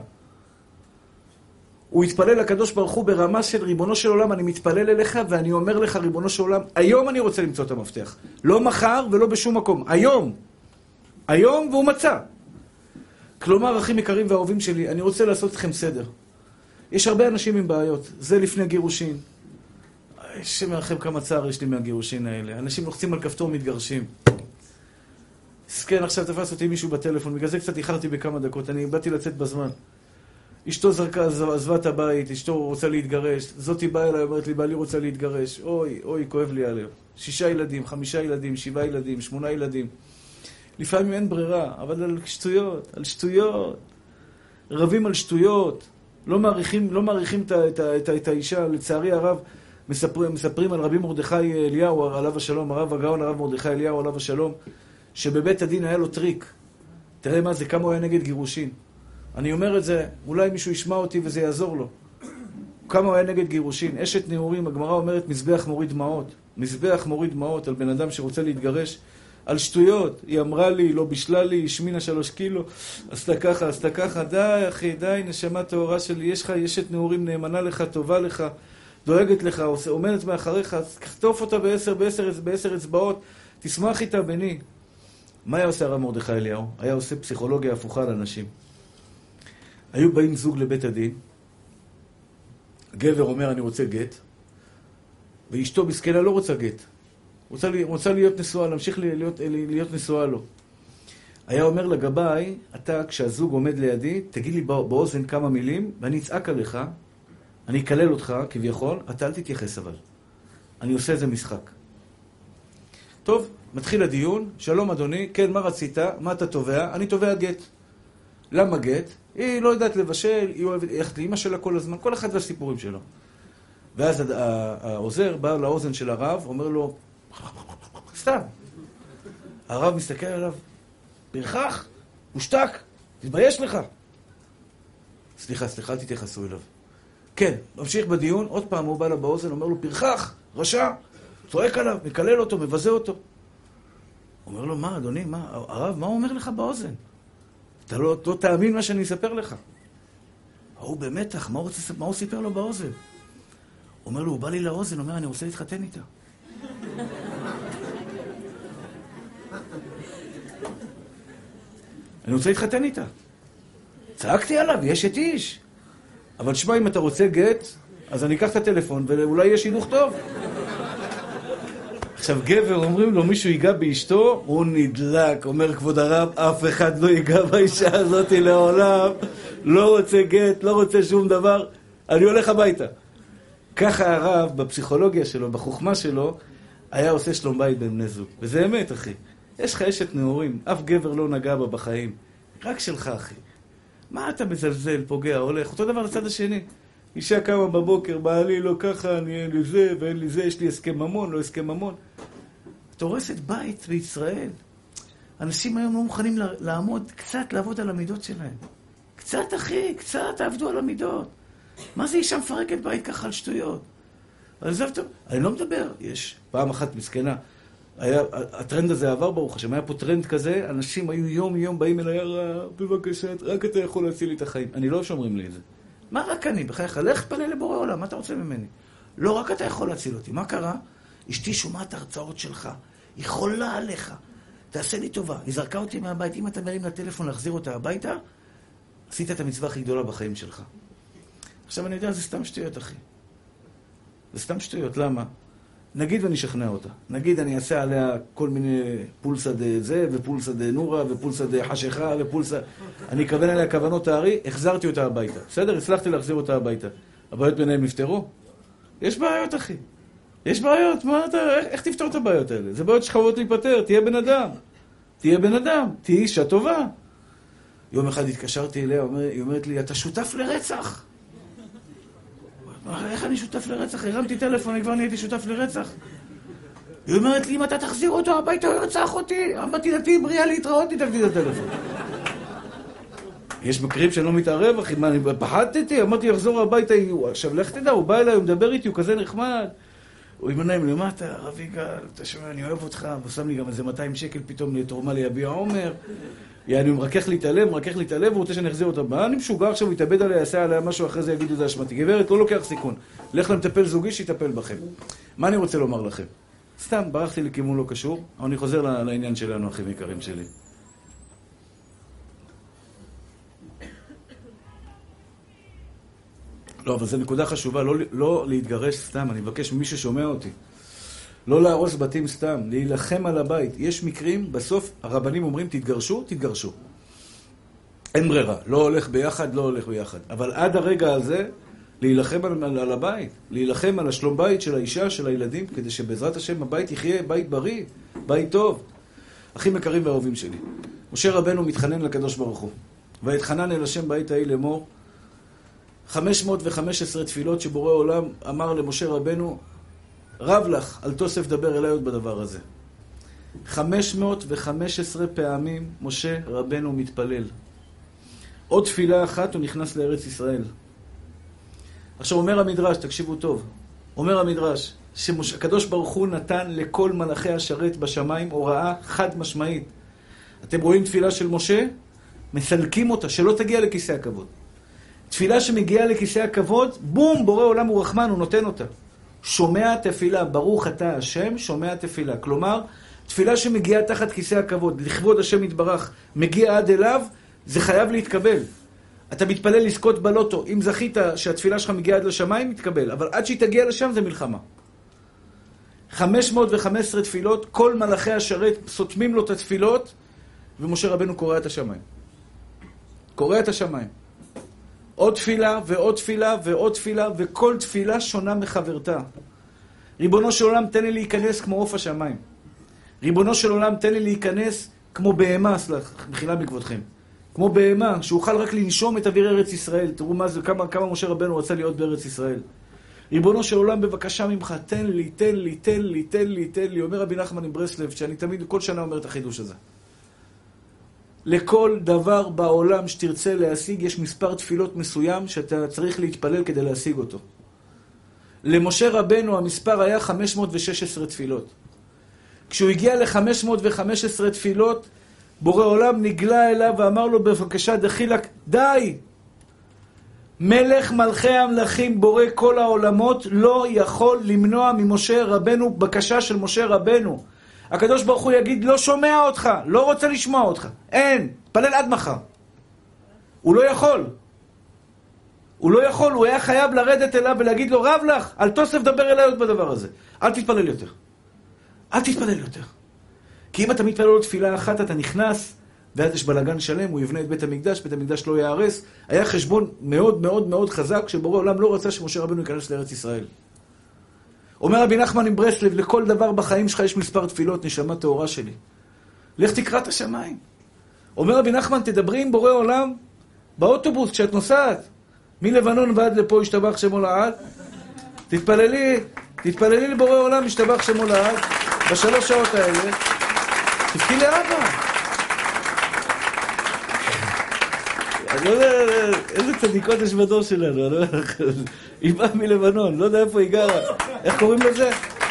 הוא התפלל לקדוש ברוך הוא ברמה של ריבונו של עולם, אני מתפלל אליך ואני אומר לך ריבונו של עולם, היום אני רוצה למצוא את המפתח. לא מחר ולא בשום מקום, היום והוא מצא. כלומר, אחים יקרים ואהובים שלי, אני רוצה לעשות אתכם סדר. יש הרבה אנשים עם בעיות, זה לפני גירושין. שמרחם כמה צער יש לי מהגירושין האלה. אנשים לוחצים על כפתור מתגרשים. סכן, עכשיו תפס אותי מישהו בטלפון, בגלל זה קצת איחרתי בכמה דקות, אני באתי לצאת בזמן. אשתו עזבה את הבית, אשתו רוצה להתגרש, זאתי באה אליי, אומרת לי, בעלי רוצה להתגרש, אוי, כואב לי עליו. 6 ילדים, 5 ילדים, 7 ילדים, 8 ילדים. לפעמים אין ברירה, אבל על שטויות. רבים על שטויות. לא מעריכים את האישה, לצערי הרב, מספרים על רבי מרדכי אליהו, עליו השלום, הרב הגאון, הרב מרדכי אליהו, עליו השלום, שבבית הדין היה לו טריק. תראה מה זה, כמה הוא היה נגד גירושין. אני אומר את זה, אולי מישהו ישמע אותי וזה יעזור לו. כמה הוא היה נגד גירושין. אשת נעורים, הגמרא אומרת, מזבח מוריד דמעות על בן אדם שרוצה להתגרש, על שטויות. היא אמרה לי, לא בשלה לי, השמינה 3 קילו, עשתה ככה, די אחי, די, נשמה טהורה שלי, יש לך אשת נעורים נאמנה לך, טובה לך, דואגת לך, עומדת מאחריך, כתוב אותה ב10 אצבעות, תשמח איתה בני. מה היה עושה הרב מרדכי אליהו? היה עושה פסיכולוגיה הפוכה לאנשים. היו באים זוג לבית הדין, גבר אומר אני רוצה גט, ואשתו בסקלה לא רוצה גט. רוצה להיות נשואה, להמשיך להיות נשואה לו. היה אומר לגביי, אתה כשהזוג עומד לידי, תגיד לי באוזן כמה מילים, ואני אצעק עליך, אני אקלל אותך כביכול, אתה אל תתייחס אבל. אני עושה איזה משחק. טוב, מתחיל הדיון, שלום אדוני, כן, מה רצית? מה אתה תובע? אני תובע גט. למה גט? היא לא יודעת לבשל, היא אוהבת, הלכת לאמא שלה כל הזמן, כל אחד והסיפורים שלו. ואז העוזר בא לאוזן של הרב, אומר לו, סתם. הרב מסתכל עליו, פרחח, מושתק, תתבייש לך. סליחה, אל תתייחסו אליו. כן, ממשיך בדיון, עוד פעם הוא בא לו באוזן, אומר לו, פרחח, רשע, צועק עליו, מקלל אותו, מבזה אותו. אומר לו, מה, אדוני, מה, הרב, מה הוא אומר לך באוזן? אתה לא תאמין מה שאני אספר לך. הוא במתח, מה הוא סיפר לו באוזן? אומר לו, הוא בא לי לאוזן, אומר, אני רוצה להתחתן איתה. אני רוצה להתחתן איתה. צעקתי עליו, יש את איש. אבל שמע, אם אתה רוצה גט, אז אני אקח את הטלפון, ואולי יש שידוך טוב. עכשיו גבר, אומרים לו, מישהו ייגע באשתו, הוא נדלק, אומר כבוד הרב, אף אחד לא ייגע באישה הזאת לעולם, לא רוצה גט, לא רוצה שום דבר, אני הולך הביתה. ככה הרב, בפסיכולוגיה שלו, בחוכמה שלו, היה עושה שלום בית בין בני זוג. וזה אמת, אחי. יש לך אשת נאורים, אף גבר לא נגע בה בחיים. רק שלך, אחי. מה אתה מזלזל, פוגע, הולך? אותו דבר לצד השני. אישה קמה בבוקר, בעלי לא ככה, אני אין לי זה ואין לי זה, יש לי הסכם ממון, לא הסכם ממון. אתה הורסת בית בישראל. אנשים היום לא מוכנים לעמוד, קצת לעבוד על המידות שלהם. קצת, אחי, קצת תעבדו על המידות. מה זה אישה מפרקת בית ככה על שטויות? אני לא מדבר. יש פעם אחת מסכנה. הטרנד הזה עבר ברוך השם, היה פה טרנד כזה, אנשים היו יום באים אליי, בבקשה, רק אתה יכול להציל לי את החיים. אני לא שאומרים לי את זה. מה רק אני? בחייך, לך פנה לבורא עולם, מה אתה רוצה ממני? לא רק אתה יכול להציל אותי. מה קרה? אשתי שומעת ההרצאות שלך, היא חולה עליך. תעשה לי טובה, היא זרקה אותי מהבית, אם אתה מרים לטלפון להחזיר אותה הביתה, עשית את המצווה הכי גדולה בחיים שלך. עכשיו אני יודע, זה סתם שטויות, אחי. זה סתם שטויות, למה? נגיד ואני אשכנע אותה. נגיד אני אעשה עליה כל מיני פולסא זה, ופולסא נורא, ופולסא חשיכה, ופולסא... אני אכוון עליה כוונות הארי, החזרתי אותה הביתה. בסדר? הצלחתי להחזיר אותה הביתה. הבעיות ביניהם נפתרו? יש בעיות, אחי. יש בעיות. מה אתה... איך תפתור את הבעיות האלה? זה בעיות שחייבות להיפטר. תהיה בן אדם. תהיה בן אדם. תהיה אישה טובה. יום אחד התקשרתי אליה, היא אומרת לי, אתה שותף לרצח. איך אני שותף לרצח? הרמתי טלפון, אני כבר נהייתי שותף לרצח. היא אומרת לי, אם אתה תחזיר אותו הביתה, הוא ירצח אותי. אמרתי לדעתי, בריאה להתראות, תתקתי את הטלפון. יש מקרים שאני לא מתערב, אחי, מה, אני פחדתי, אמרתי, יחזור הביתה, עכשיו, לך תדע, הוא בא אליי, הוא מדבר איתי, הוא כזה נחמד. הוא ימנע לי, מה אתה, רב יגאל, אתה שומע, אני אוהב אותך, הוא שם לי גם איזה 200 שקל פתאום לתרומה ליביע עומר. אני מרכך לי את הלב, הוא רוצה שאני אחזיר אותה. מה אני משוגע עכשיו, הוא יתאבד עליה, יעשה עליה משהו, אחרי זה יגידו זה אשמתי. גברת, לא לוקח סיכון. לך למטפל זוגי, שיטפל בכם. מה אני רוצה לומר לכם? סתם, ברחתי לכיוון לא קשור, אבל אני חוזר לעניין שלנו, אחים יקרים שלי. לא, אבל זו נקודה חשובה, לא להתגרש סתם, אני מבקש ממישהו שומע אותי. לא להרוס בתים סתם, להילחם על הבית. יש מקרים, בסוף הרבנים אומרים, תתגרשו, תתגרשו. אין ברירה, לא הולך ביחד. אבל עד הרגע הזה, להילחם על הבית, להילחם על השלום בית של האישה, של הילדים, כדי שבעזרת השם הבית יחיה בית בריא, בית טוב. אחים יקרים ואהובים שלי. משה רבנו מתחנן לקדוש ברוך הוא. והתחנן אל השם בית ההיא לאמור, 515 תפילות שבורא עולם אמר למשה רבנו, רב לך, אל תוסף דבר אליי עוד בדבר הזה. 515 פעמים משה רבנו מתפלל. עוד תפילה אחת הוא נכנס לארץ ישראל. עכשיו אומר המדרש, תקשיבו טוב, אומר המדרש, שהקדוש ברוך הוא נתן לכל מלאכי השרת בשמיים הוראה חד משמעית. אתם רואים תפילה של משה? מסלקים אותה, שלא תגיע לכיסא הכבוד. תפילה שמגיעה לכיסא הכבוד, בום, בורא עולם הוא רחמן, הוא נותן אותה. שומע תפילה, ברוך אתה השם, שומע תפילה. כלומר, תפילה שמגיעה תחת כיסא הכבוד, לכבוד השם יתברך, מגיע עד אליו, זה חייב להתקבל. אתה מתפלל לזכות בלוטו, אם זכית שהתפילה שלך מגיעה עד לשמיים, מתקבל. אבל עד שהיא תגיע לשם זה מלחמה. 515 תפילות, כל מלאכי השרת סותמים לו את התפילות, ומשה רבנו קורא את השמיים. קורא את השמיים. עוד תפילה ועוד תפילה ועוד תפילה, וכל תפילה שונה מחברתה. ריבונו של עולם, תן לי להיכנס כמו עוף השמיים. ריבונו של עולם, תן לי להיכנס כמו בהמה, מחילה מכבודכם. כמו בהמה, שאוכל רק לנשום את אוויר ארץ ישראל. תראו מה זה, כמה משה רבנו רצה להיות בארץ ישראל. ריבונו של עולם, בבקשה ממך, תן לי. אומר רבי נחמן מברסלב, שאני תמיד, כל שנה אומר את החידוש הזה. לכל דבר בעולם שתרצה להשיג, יש מספר תפילות מסוים שאתה צריך להתפלל כדי להשיג אותו. למשה רבנו המספר היה 516 תפילות. כשהוא הגיע ל-515 תפילות, בורא עולם נגלה אליו ואמר לו, בבקשה דחילק, די! מלך מלכי המלכים בורא כל העולמות לא יכול למנוע ממשה רבנו בקשה של משה רבנו. הקדוש ברוך הוא יגיד, לא שומע אותך, לא רוצה לשמוע אותך. אין, פלל עד מחר. הוא לא יכול. הוא לא יכול, הוא היה חייב לרדת אליו ולהגיד לו, רב לך, אל תוסף דבר אליי עוד בדבר הזה. אל תתפלל יותר. אל תתפלל יותר. כי אם אתה מתפלל לו תפילה אחת, אתה נכנס, ואז יש בלגן שלם, הוא יבנה את בית המקדש, בית המקדש לא יהרס. היה חשבון מאוד מאוד מאוד חזק, שבורא עולם לא רצה שמשה רבנו ייכנס לארץ ישראל. אומר רבי נחמן מברסלב, לכל דבר בחיים שלך יש מספר תפילות, נשמה טהורה שלי. לך תקרא את השמיים. אומר רבי נחמן, תדברי עם בורא עולם באוטובוס כשאת נוסעת. מלבנון ועד לפה ישתבח שמו לעד. תתפללי לבורא עולם ישתבח שמו לעד. בשלוש שעות האלה, תפקי לאבא. אני לא יודע איזה צדיקות יש בדור שלנו. היא באה מלבנון, לא יודע איפה היא גרה. איך קוראים לזה?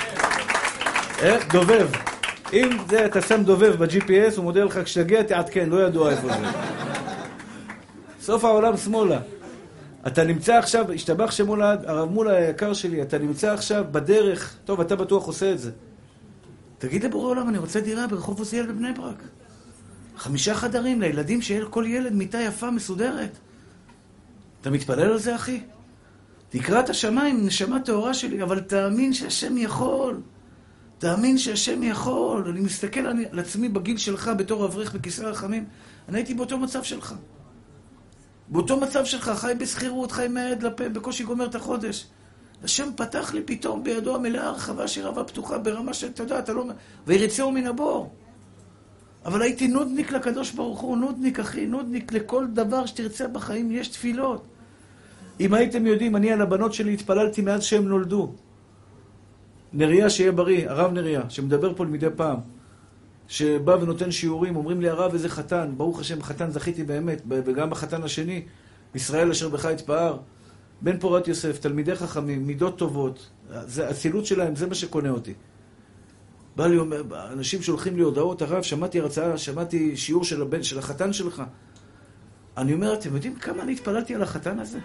דובב. אם זה, אתה שם דובב ב-GPS, הוא מודה לך, כשתגיע תעדכן, לא ידוע איפה זה. סוף העולם שמאלה. אתה נמצא עכשיו, השתבח שמו לעד, הרב מולה היקר שלי, אתה נמצא עכשיו בדרך, טוב, אתה בטוח עושה את זה. תגיד לבורא עולם, אני רוצה דירה ברחוב עוזיאל בבני ברק. 5 חדרים לילדים, שיהיה כל ילד מיטה יפה מסודרת. אתה מתפלל על זה, אחי? תקרא את השמיים, נשמה טהורה שלי, אבל תאמין שהשם יכול. תאמין שהשם יכול. אני מסתכל על עצמי בגיל שלך בתור אברך בכיסא רחמים. אני הייתי באותו מצב שלך. באותו מצב שלך, חי בסחירות, חי מהיד לפה, בקושי גומר את החודש. השם פתח לי פתאום בידו המלאה הרחבה שרבה פתוחה ברמה שאתה יודע, אתה לא... ויריצאו מן הבור. אבל הייתי נודניק לקדוש ברוך הוא, נודניק אחי, נודניק לכל דבר שתרצה בחיים, יש תפילות. אם הייתם יודעים, אני על הבנות שלי התפללתי מאז שהם נולדו. נריה שיהיה בריא, הרב נריה, שמדבר פה מדי פעם, שבא ונותן שיעורים, אומרים לי הרב איזה חתן, ברוך השם חתן זכיתי באמת, וגם בחתן השני, ישראל אשר בך התפאר, בן פורת יוסף, תלמידי חכמים, מידות טובות, הצילות שלהם, זה מה שקונה אותי. בא לי, אנשים שולחים לי הודעות, הרב, שמעתי הרצאה, שמעתי שיעור של הבן, של החתן שלך. אני אומר, אתם יודעים כמה אני התפללתי על החתן הזה?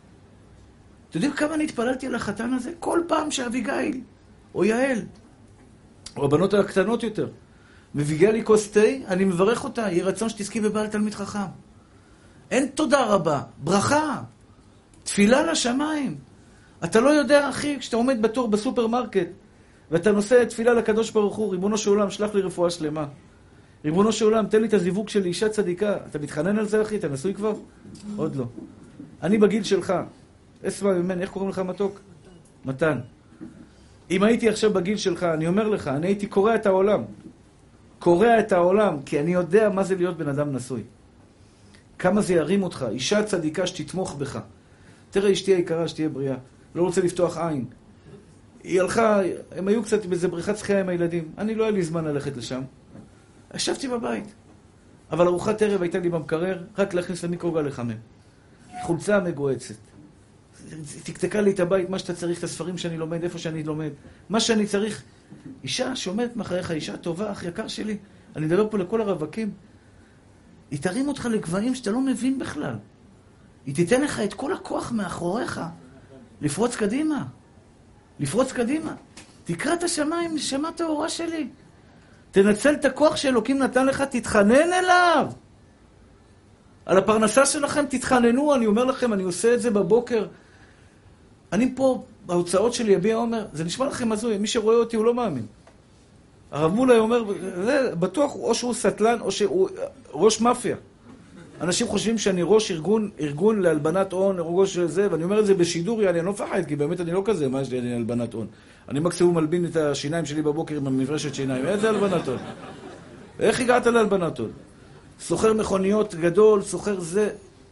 אתם יודעים כמה אני התפללתי על החתן הזה? כל פעם שאביגיל, או יעל, או הבנות הקטנות יותר, מביאה לי כוס תה, אני מברך אותה, יהיה רצון שתזכי בבעל תלמיד חכם. אין תודה רבה, ברכה, תפילה לשמיים. אתה לא יודע, אחי, כשאתה עומד בתור בסופרמרקט, ואתה נושא תפילה לקדוש ברוך הוא, ריבונו של עולם, שלח לי רפואה שלמה. ריבונו של עולם, תן לי את הזיווג של אישה צדיקה. אתה מתחנן על זה, אחי? אתה נשוי כבר? עוד לא. אני בגיל שלך. אסמע ממני, איך קוראים לך מתוק? מתן. אם הייתי עכשיו בגיל שלך, אני אומר לך, אני הייתי קורא את העולם. קורא את העולם, כי אני יודע מה זה להיות בן אדם נשוי. כמה זה ירים אותך. אישה צדיקה שתתמוך בך. תראה, אשתי היקרה, שתהיה בריאה. לא רוצה לפתוח עין. היא הלכה, הם היו קצת באיזה בריכת שחייה עם הילדים. אני לא היה לי זמן ללכת לשם. ישבתי בבית. אבל ארוחת ערב הייתה לי במקרר, רק להכניס למיקרוגל לחמם. חולצה מגועצת. תקתקה לי את הבית, מה שאתה צריך, את הספרים שאני לומד, איפה שאני לומד. מה שאני צריך. אישה שעומדת מאחוריך, אישה טובה, אח יקר שלי. אני מדבר פה לכל הרווקים. היא תרים אותך לגבהים שאתה לא מבין בכלל. היא תיתן לך את כל הכוח מאחוריך לפרוץ קדימה. לפרוץ קדימה. תקרא את השמיים, נשמה טהורה שלי. תנצל את הכוח שאלוקים נתן לך, תתחנן אליו. על הפרנסה שלכם תתחננו, אני אומר לכם, אני עושה את זה בבוקר. אני פה, בהוצאות שלי, יביע אומר, זה נשמע לכם הזוי, מי שרואה אותי הוא לא מאמין. הרב מולה אומר, זה בטוח או שהוא סטלן או שהוא ראש מאפיה. אנשים חושבים שאני ראש ארגון להלבנת הון, ראש זה, ואני אומר את זה בשידור, אני לא מפחד, כי באמת אני לא כזה, מה יש לי להלבנת הון? אני מקסימום מלבין את השיניים שלי בבוקר עם המברשת שיניים. איזה הלבנת הון? איך הגעת להלבנת הון? סוחר מכוניות גדול, סוחר זה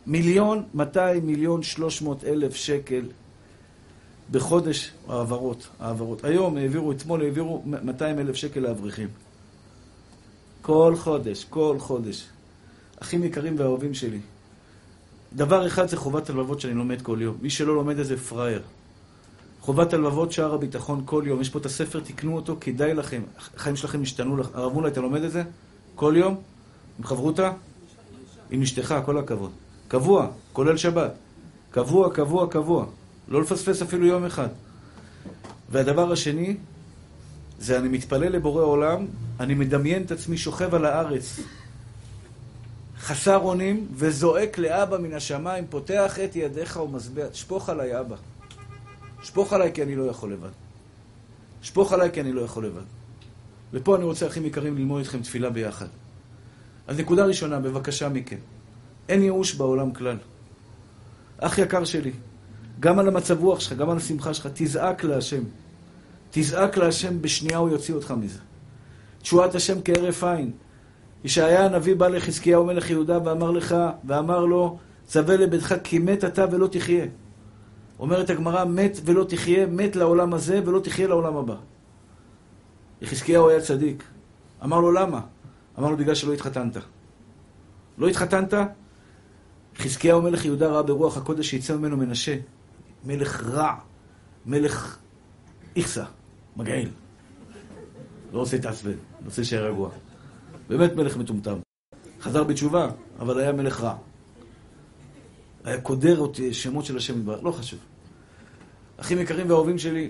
1,200,300,000 שקל בחודש העברות. היום אתמול העבירו 200,000 שקל לאברכים. כל חודש. אחים יקרים ואהובים שלי, דבר אחד זה חובת הלבבות שאני לומד כל יום. מי שלא לומד איזה פראייר. חובת הלבבות שער הביטחון כל יום. יש פה את הספר, תקנו אותו, כדאי לכם. החיים שלכם השתנו לך. הרב מולה, אתה לומד את זה? כל יום? עם חברותה? עם אשתך, כל הכבוד. קבוע, כולל שבת. קבוע, קבוע, קבוע. לא לפספס אפילו יום אחד. והדבר השני, זה אני מתפלל לבורא עולם, אני מדמיין את עצמי שוכב על הארץ, חסר אונים, וזועק לאבא מן השמיים, פותח את ידיך ומשביע, שפוך עליי אבא. שפוך עליי כי אני לא יכול לבד. שפוך עליי כי אני לא יכול לבד. ופה אני רוצה, אחים יקרים, ללמוד איתכם תפילה ביחד. אז נקודה ראשונה, בבקשה מכם. אין ייאוש בעולם כלל. אח יקר שלי, גם על המצב רוח שלך, גם על השמחה שלך, תזעק להשם. תזעק להשם, בשנייה הוא יוציא אותך מזה. תשועת השם כהרף עין. ישעיה הנביא בא לחזקיהו מלך יהודה ואמר לו, צווה לביתך כי מת אתה ולא תחיה. אומרת הגמרא, מת ולא תחיה, מת לעולם הזה ולא תחיה לעולם הבא. יחזקיהו היה צדיק. אמר לו, למה? אמר לו, בגלל שלא התחתנת. לא התחתנת? חזקיהו מלך יהודה ראה ברוח הקודש שיצא ממנו מנשה. מלך רע. מלך איכסה. מגעיל. לא רוצה להתעצבן. לא רוצה שיהיה רגוע. באמת מלך מטומטם. חזר בתשובה, אבל היה מלך רע. היה קודר אותי שמות של השם יתברך. לא חשוב. אחים יקרים ואהובים שלי,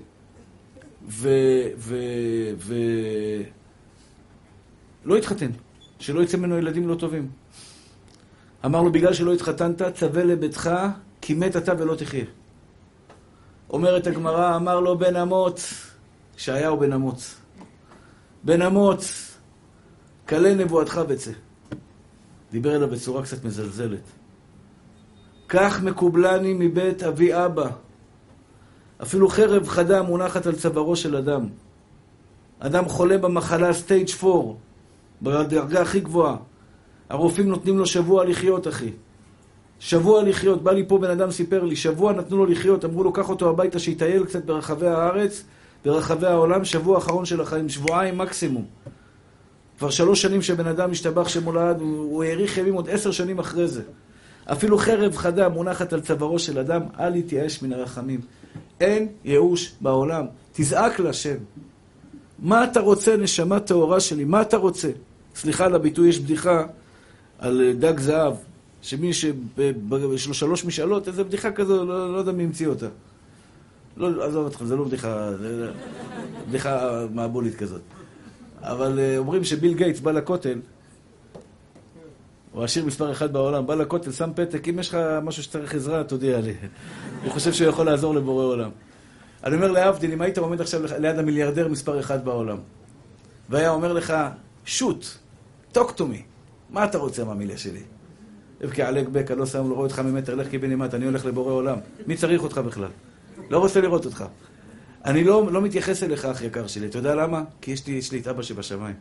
לא התחתן. שלא יצא ממנו ילדים לא טובים. אמר לו, בגלל שלא התחתנת, צווה לביתך, כי מת אתה ולא תחיה. אומרת הגמרא, אמר לו בן אמוץ, ישעיהו בן אמוץ. בן אמוץ, קלה נבואתך וצא. דיבר אליו בצורה קצת מזלזלת. כך מקובלני מבית אבי אבא. אפילו חרב חדה מונחת על צווארו של אדם. אדם חולה במחלה סטייג' 4, בדרגה הכי גבוהה. הרופאים נותנים לו שבוע לחיות, אחי. שבוע לחיות. בא לי פה בן אדם סיפר לי, שבוע נתנו לו לחיות. אמרו לו, קח אותו הביתה שיטייל קצת ברחבי הארץ, ברחבי העולם, שבוע האחרון של החיים, שבועיים מקסימום. כבר 3 שנים שבן אדם משתבח שמולד, הוא העריך ימים עוד 10 שנים אחרי זה. אפילו חרב חדה מונחת על צווארו של אדם, אל יתייאש מן הרחמים. אין ייאוש בעולם. תזעק להשם. מה אתה רוצה, נשמה טהורה שלי? מה אתה רוצה? סליחה על הביטוי, יש בדיחה על דג זהב, שמי שיש לו 3 משאלות, איזו בדיחה כזו, לא יודע מי המציא אותה. לא, עזוב אתכם, זה לא בדיחה, זה בדיחה מעבולית כזאת. אבל אומרים שביל גייטס בא לכותל, הוא העשיר מספר 1 בעולם, בא לכותל, שם פתק, אם יש לך משהו שצריך עזרה, תודיע לי. הוא חושב שהוא יכול לעזור לבורא עולם. אני אומר להבדיל, אם היית עומד עכשיו ליד המיליארדר מספר 1 בעולם, והיה אומר לך, שוט, talk to me, מה אתה רוצה מהמיליה שלי? אבקי עלק בקה, לא שם, לא רואה אותך ממטר, לך קיבינימט, אני הולך לבורא עולם. מי צריך אותך בכלל? לא רוצה לראות אותך. אני לא מתייחס אליך, אח יקר שלי. אתה יודע למה? כי יש לי את אבא שבשמיים.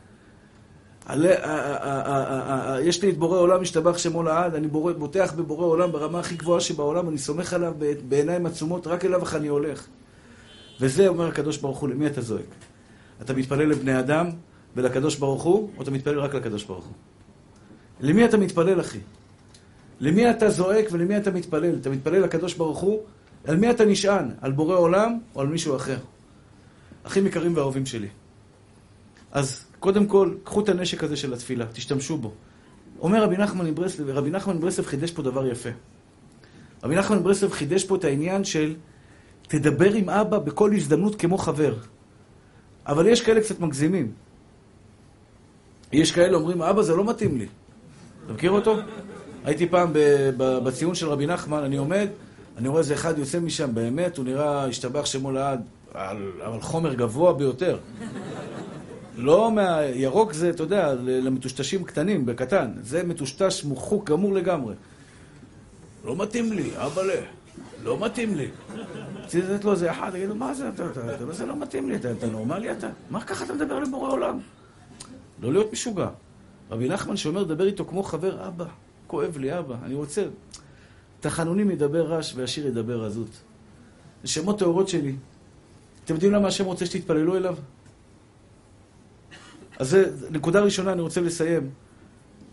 יש לי את בורא עולם, משתבח שמו לעד, אני בוטח בבורא עולם ברמה הכי גבוהה שבעולם, אני סומך עליו בעיניים עצומות, רק אליו איך אני הולך. וזה אומר הקדוש ברוך הוא, למי אתה זועק? אתה מתפלל לבני אדם ולקדוש ברוך הוא, או אתה מתפלל רק לקדוש ברוך הוא? למי אתה מתפלל, אחי? למי אתה זועק ולמי אתה מתפלל? אתה מתפלל לקדוש ברוך הוא? על מי אתה נשען? על בורא עולם או על מישהו אחר? אחים יקרים ואהובים שלי. אז קודם כל, קחו את הנשק הזה של התפילה, תשתמשו בו. אומר רבי נחמן מברסלב, ורבי נחמן מברסלב חידש פה דבר יפה. רבי נחמן מברסלב חידש פה את העניין של תדבר עם אבא בכל הזדמנות כמו חבר. אבל יש כאלה קצת מגזימים. יש כאלה אומרים, אבא זה לא מתאים לי. אתה מכיר אותו? הייתי פעם בציון של רבי נחמן, אני עומד, אני רואה איזה אחד יוצא משם, באמת, הוא נראה, השתבח שמו לעד, על חומר גבוה ביותר. לא מהירוק זה, אתה יודע, למטושטשים קטנים, בקטן. זה מטושטש מוחוק גמור לגמרי. לא מתאים לי, אבא לא מתאים לי. צריך לתת לו איזה אחד, תגיד לו, מה זה? זה לא מתאים לי, אתה נורמלי אתה? מה ככה אתה מדבר לבורא עולם? לא להיות משוגע. רבי נחמן שאומר, דבר איתו כמו חבר, אבא, כואב לי, אבא, אני רוצה. תחנונים ידבר רש והשיר ידבר רזות. זה שמות טהורות שלי. אתם יודעים למה השם רוצה שתתפללו אליו? אז זה, נקודה ראשונה, אני רוצה לסיים.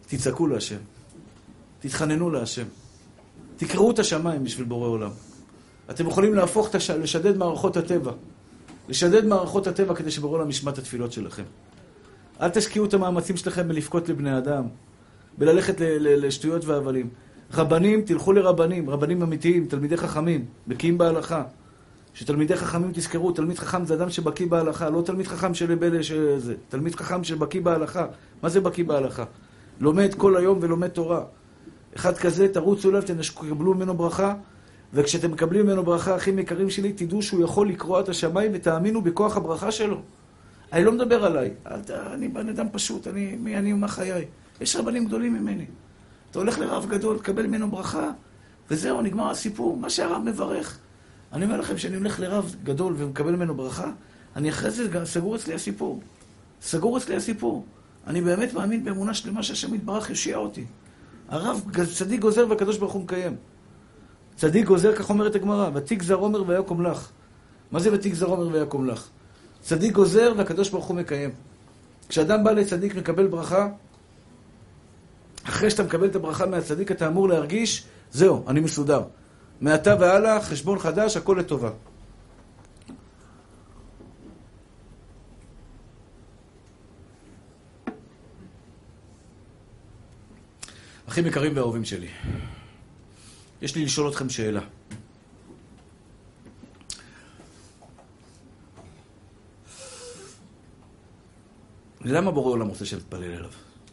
תצעקו להשם. תתחננו להשם. תקראו את השמיים בשביל בורא עולם. אתם יכולים להפוך, לשדד מערכות הטבע. לשדד מערכות הטבע כדי שבורא עולם ישמע את התפילות שלכם. אל תשקיעו את המאמצים שלכם בלבכות לבני אדם. בללכת לשטויות והבלים. רבנים, תלכו לרבנים. רבנים אמיתיים, תלמידי חכמים. בקיאים בהלכה. שתלמידי חכמים תזכרו, תלמיד חכם זה אדם שבקיא בהלכה. לא תלמיד חכם שזה. תלמיד חכם שבקיא בהלכה. מה זה בקיא בהלכה? לומד כל היום ולומד תורה. אחד כזה, תרוצו אליו, תקבלו ממנו ברכה, וכשאתם מקבלים ממנו ברכה, אחים יקרים שלי, תדעו שהוא יכול לקרוא את השמיים ותאמינו בכוח הברכה שלו. אני לא מדבר עליי. אני בן אדם פשוט, אני ומה חיי. יש רבנים גדולים ממני. אתה הולך לרב גדול, תקבל ממנו ברכה, וזהו, נגמר הסיפור. מה שהרב מברך. אני אומר לכם שאני הולך לרב גדול ומקבל ממנו ברכה, אני אחרי זה סגור אצלי הסיפור. סגור אצלי הסיפור. אני באמת מאמין באמונה שלמה שהשם יתברך יושיע אותי. הרב צדיק גוזר והקדוש ברוך הוא מקיים. צדיק גוזר, כך אומרת הגמרא, ותגזר עומר ויקום לך. מה זה ותגזר עומר ויקום לך? צדיק גוזר והקדוש ברוך הוא מקיים. כשאדם בא לצדיק מקבל ברכה, אחרי שאתה מקבל את הברכה מהצדיק, אתה אמור להרגיש, זהו, אני מסודר. מעתה והלאה, חשבון חדש, הכל לטובה. אחים יקרים ואהובים שלי, יש לי לשאול אתכם שאלה. למה בורא עולם רוצה שתתפלל אליו?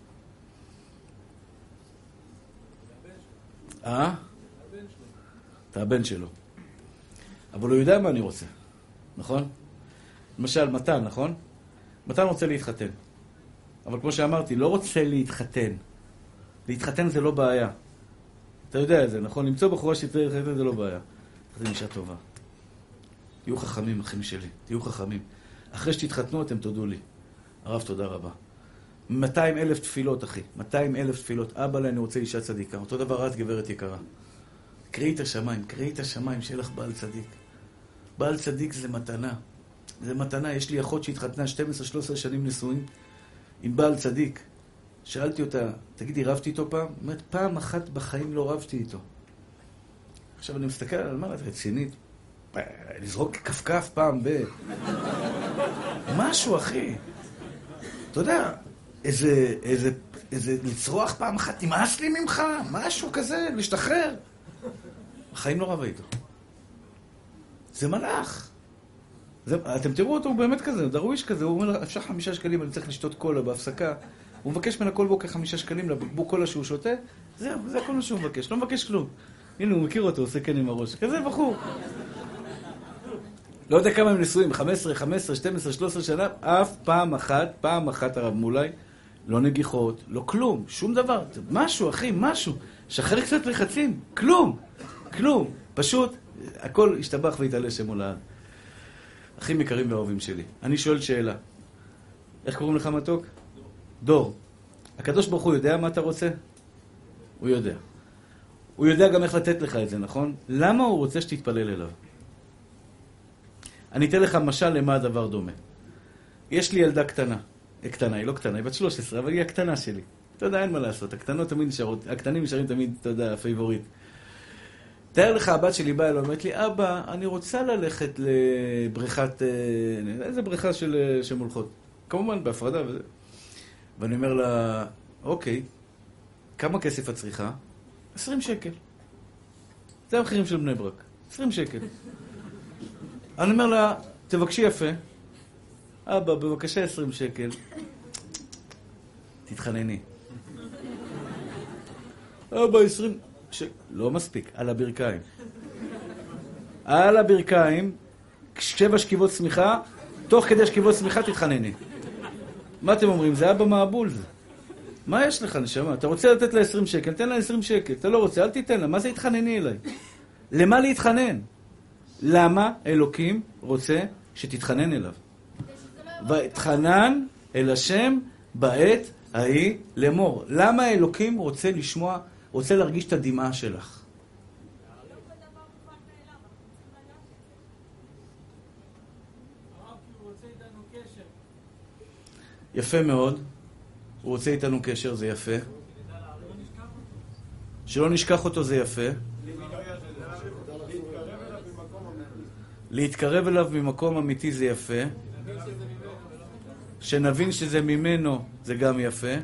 אתה הבן שלו. אבל הוא יודע מה אני רוצה, נכון? למשל, מתן, נכון? מתן רוצה להתחתן. אבל כמו שאמרתי, לא רוצה להתחתן. להתחתן זה לא בעיה. אתה יודע את זה, נכון? למצוא בחורה שתראה להתחתן זה לא בעיה. זה אישה טובה. תהיו חכמים, אחים שלי. תהיו חכמים. אחרי שתתחתנו, אתם תודו לי. הרב, תודה רבה. 200,000 תפילות, אחי. 200,000 תפילות. אבא לה, אני רוצה אישה צדיקה. אותו דבר את, גברת יקרה. קראי את השמיים, קראי את השמיים, שיהיה לך בעל צדיק. בעל צדיק זה מתנה. זה מתנה. יש לי אחות שהתחתנה 12-13 שנים נשואים עם בעל צדיק. שאלתי אותה, תגידי, רבתי איתו פעם? אומרת, פעם אחת בחיים לא רבתי איתו. עכשיו אני מסתכל על מה, את רצינית? לזרוק כפכף פעם משהו, אחי. אתה יודע, איזה לצרוח פעם אחת, נמאס לי ממך, משהו כזה, להשתחרר. החיים לא רבה איתו. זה מלאך. אתם תראו אותו, הוא באמת כזה, דרוויש כזה, הוא אומר, אפשר 5 שקלים, אני צריך לשתות קולה בהפסקה. הוא מבקש ממנה כל בוקר 5 שקלים לבקבוק קולה שהוא שותה, זהו, זה כל מה שהוא מבקש, לא מבקש כלום. הנה, הוא מכיר אותו, עושה כן עם הראש. כזה בחור. לא יודע כמה הם נשואים, 15, 12, 13 שנה, אף פעם אחת הרב מולי, לא נגיחות, לא כלום, שום דבר. משהו, אחי, משהו. שחרר קצת לחצים, כלום. פשוט, הכל השתבח והתעלה שם מולד. אחים יקרים ואהובים שלי, אני שואל שאלה. איך קוראים לך מתוק? דור. הקדוש ברוך הוא יודע מה אתה רוצה? הוא יודע. הוא יודע גם איך לתת לך את זה, נכון? למה הוא רוצה שתתפלל אליו? אני אתן לך משל למה הדבר דומה. יש לי ילדה קטנה. קטנה, היא לא קטנה, היא בת 13, אבל היא הקטנה שלי. אתה יודע, אין מה לעשות. הקטנים נשארים תמיד, אתה יודע, פייבוריט. תאר לך, הבת שלי באה, אומרת לי, אבא, אני רוצה ללכת לבריכת, איזה בריכה של מולכות. כמובן, בהפרדה וזה. ואני אומר לה, אוקיי, כמה כסף את צריכה? 20 שקל. זה המחירים של בני ברק. 20 שקל. אני אומר לה, תבקשי יפה. אבא, בבקשה 20 שקל. תתחנני. אבא, 20 שקל. לא מספיק, על הברכיים. על הברכיים, 7 שכיבות סמיכה, תוך כדי שכיבות סמיכה תתחנני. מה אתם אומרים? זה אבא מעבול זה. מה יש לך, נשמה? אתה רוצה לתת לה 20 שקל, תן לה 20 שקל. אתה לא רוצה, אל תיתן לה. מה זה התחנני אליי? למה להתחנן? למה אלוקים רוצה שתתחנן אליו? והתחנן אל השם בעת ההיא לאמור. למה אלוקים רוצה לשמוע, רוצה להרגיש את הדמעה שלך? יפה מאוד. הוא רוצה איתנו קשר, זה יפה. שלא נשכח אותו זה יפה. להתקרב אליו ממקום אמיתי זה יפה. שנבין שזה ממנו זה גם יפה.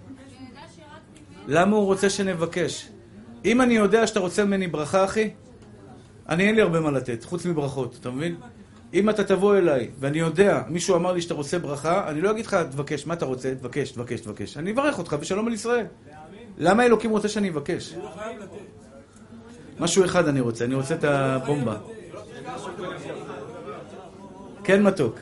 למה הוא רוצה שנבקש? אם אני יודע שאתה רוצה ממני ברכה, אחי, אני אין לי הרבה מה לתת, חוץ מברכות, אתה מבין? אם אתה תבוא אליי, ואני יודע, מישהו אמר לי שאתה רוצה ברכה, אני לא אגיד לך, תבקש, מה אתה רוצה? תבקש, תבקש, תבקש. אני אברך אותך ושלום על ישראל. למה אלוקים רוצה שאני אבקש? משהו אחד אני רוצה את הבומבה. כן, מתוק.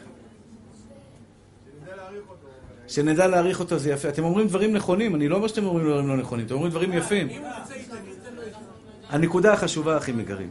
שנדע להעריך אותו זה יפה. אתם אומרים דברים נכונים, אני לא אומר שאתם אומרים דברים לא נכונים, אתם אומרים דברים יפים. הנקודה החשובה, אחים יקרים.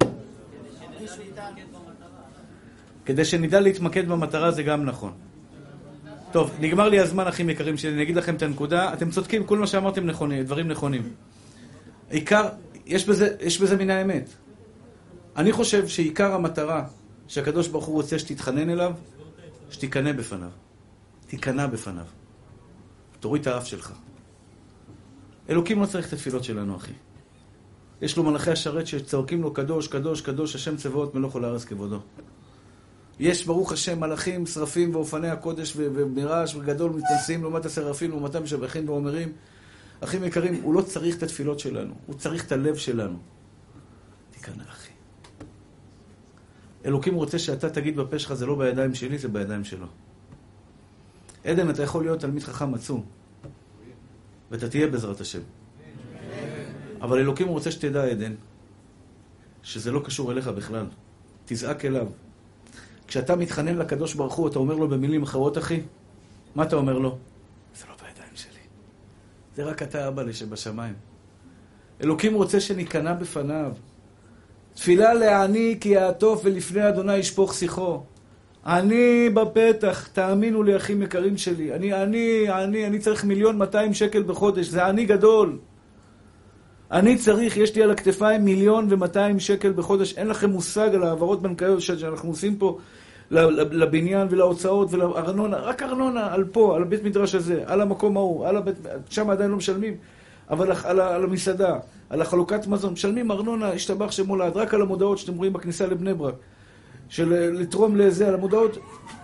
כדי שנדע להתמקד במטרה זה גם נכון. טוב, נגמר לי הזמן, אחים יקרים, שאני אגיד לכם את הנקודה. אתם צודקים, כל מה שאמרתם נכונים, דברים נכונים. עיקר, יש בזה מן האמת. אני חושב שעיקר המטרה שהקדוש ברוך הוא רוצה שתתחנן אליו, שתיכנע בפניו. תיכנע בפניו. תוריד את האף שלך. אלוקים לא צריך את התפילות שלנו, אחי. יש לו מלאכי השרת שצועקים לו קדוש, קדוש, קדוש, השם צבאות מלוך על הארץ כבודו. יש ברוך השם מלאכים, שרפים ואופני הקודש ומרעש וגדול מתנסים לעומת השרפים לעומתם שבחים ואומרים. אחים יקרים, הוא לא צריך את התפילות שלנו, הוא צריך את הלב שלנו. תיכנע, אחי. אלוקים רוצה שאתה תגיד בפה שלך, זה לא בידיים שלי, זה בידיים שלו. עדן, אתה יכול להיות תלמיד חכם עצום, ואתה תהיה בעזרת השם. אבל אלוקים רוצה שתדע, עדן, שזה לא קשור אליך בכלל. תזעק אליו. כשאתה מתחנן לקדוש ברוך הוא, אתה אומר לו במילים אחרות, אחי, מה אתה אומר לו? זה לא בידיים שלי. זה רק אתה, אבא לי, שבשמיים. אלוקים רוצה שניכנע בפניו. תפילה לעני כי יעטוף ולפני אדוני ישפוך שיחו. אני בפתח, תאמינו לי, אחים יקרים שלי. אני צריך 1,200,000 שקל בחודש. זה אני גדול. אני צריך, יש לי על הכתפיים 1,200,000 שקל בחודש. אין לכם מושג על העברות בנקאיות שאנחנו עושים פה לבניין ולהוצאות ולארנונה. רק ארנונה על פה, על הבית מדרש הזה, על המקום ההוא, שם עדיין לא משלמים. אבל על המסעדה, על החלוקת מזון, משלמים ארנונה, השתבח שמולד, רק על המודעות שאתם רואים בכניסה לבני ברק. של לתרום לזה, על המודעות.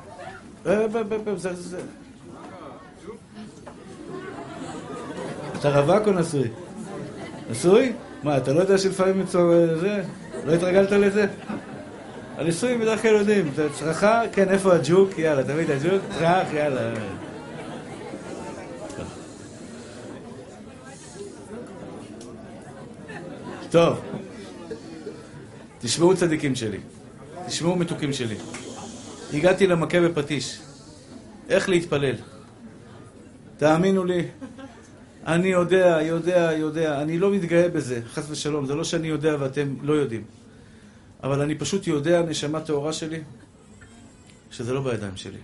אתה רווק או נשוי? נשוי? מה, אתה לא יודע שלפעמים זה? לא התרגלת לזה? הנישואים בדרך כלל יודעים. צרחה? כן, איפה הג'וק? יאללה, תמיד הג'וק? צרח, יאללה. טוב. תשמעו צדיקים שלי. תשמעו מתוקים שלי. הגעתי למכה בפטיש. איך להתפלל? תאמינו לי. אני יודע. אני לא מתגאה בזה, חס ושלום. זה לא שאני יודע ואתם לא יודעים. אבל אני פשוט יודע, נשמה תאורה שלי, שזה לא בידיים שלי.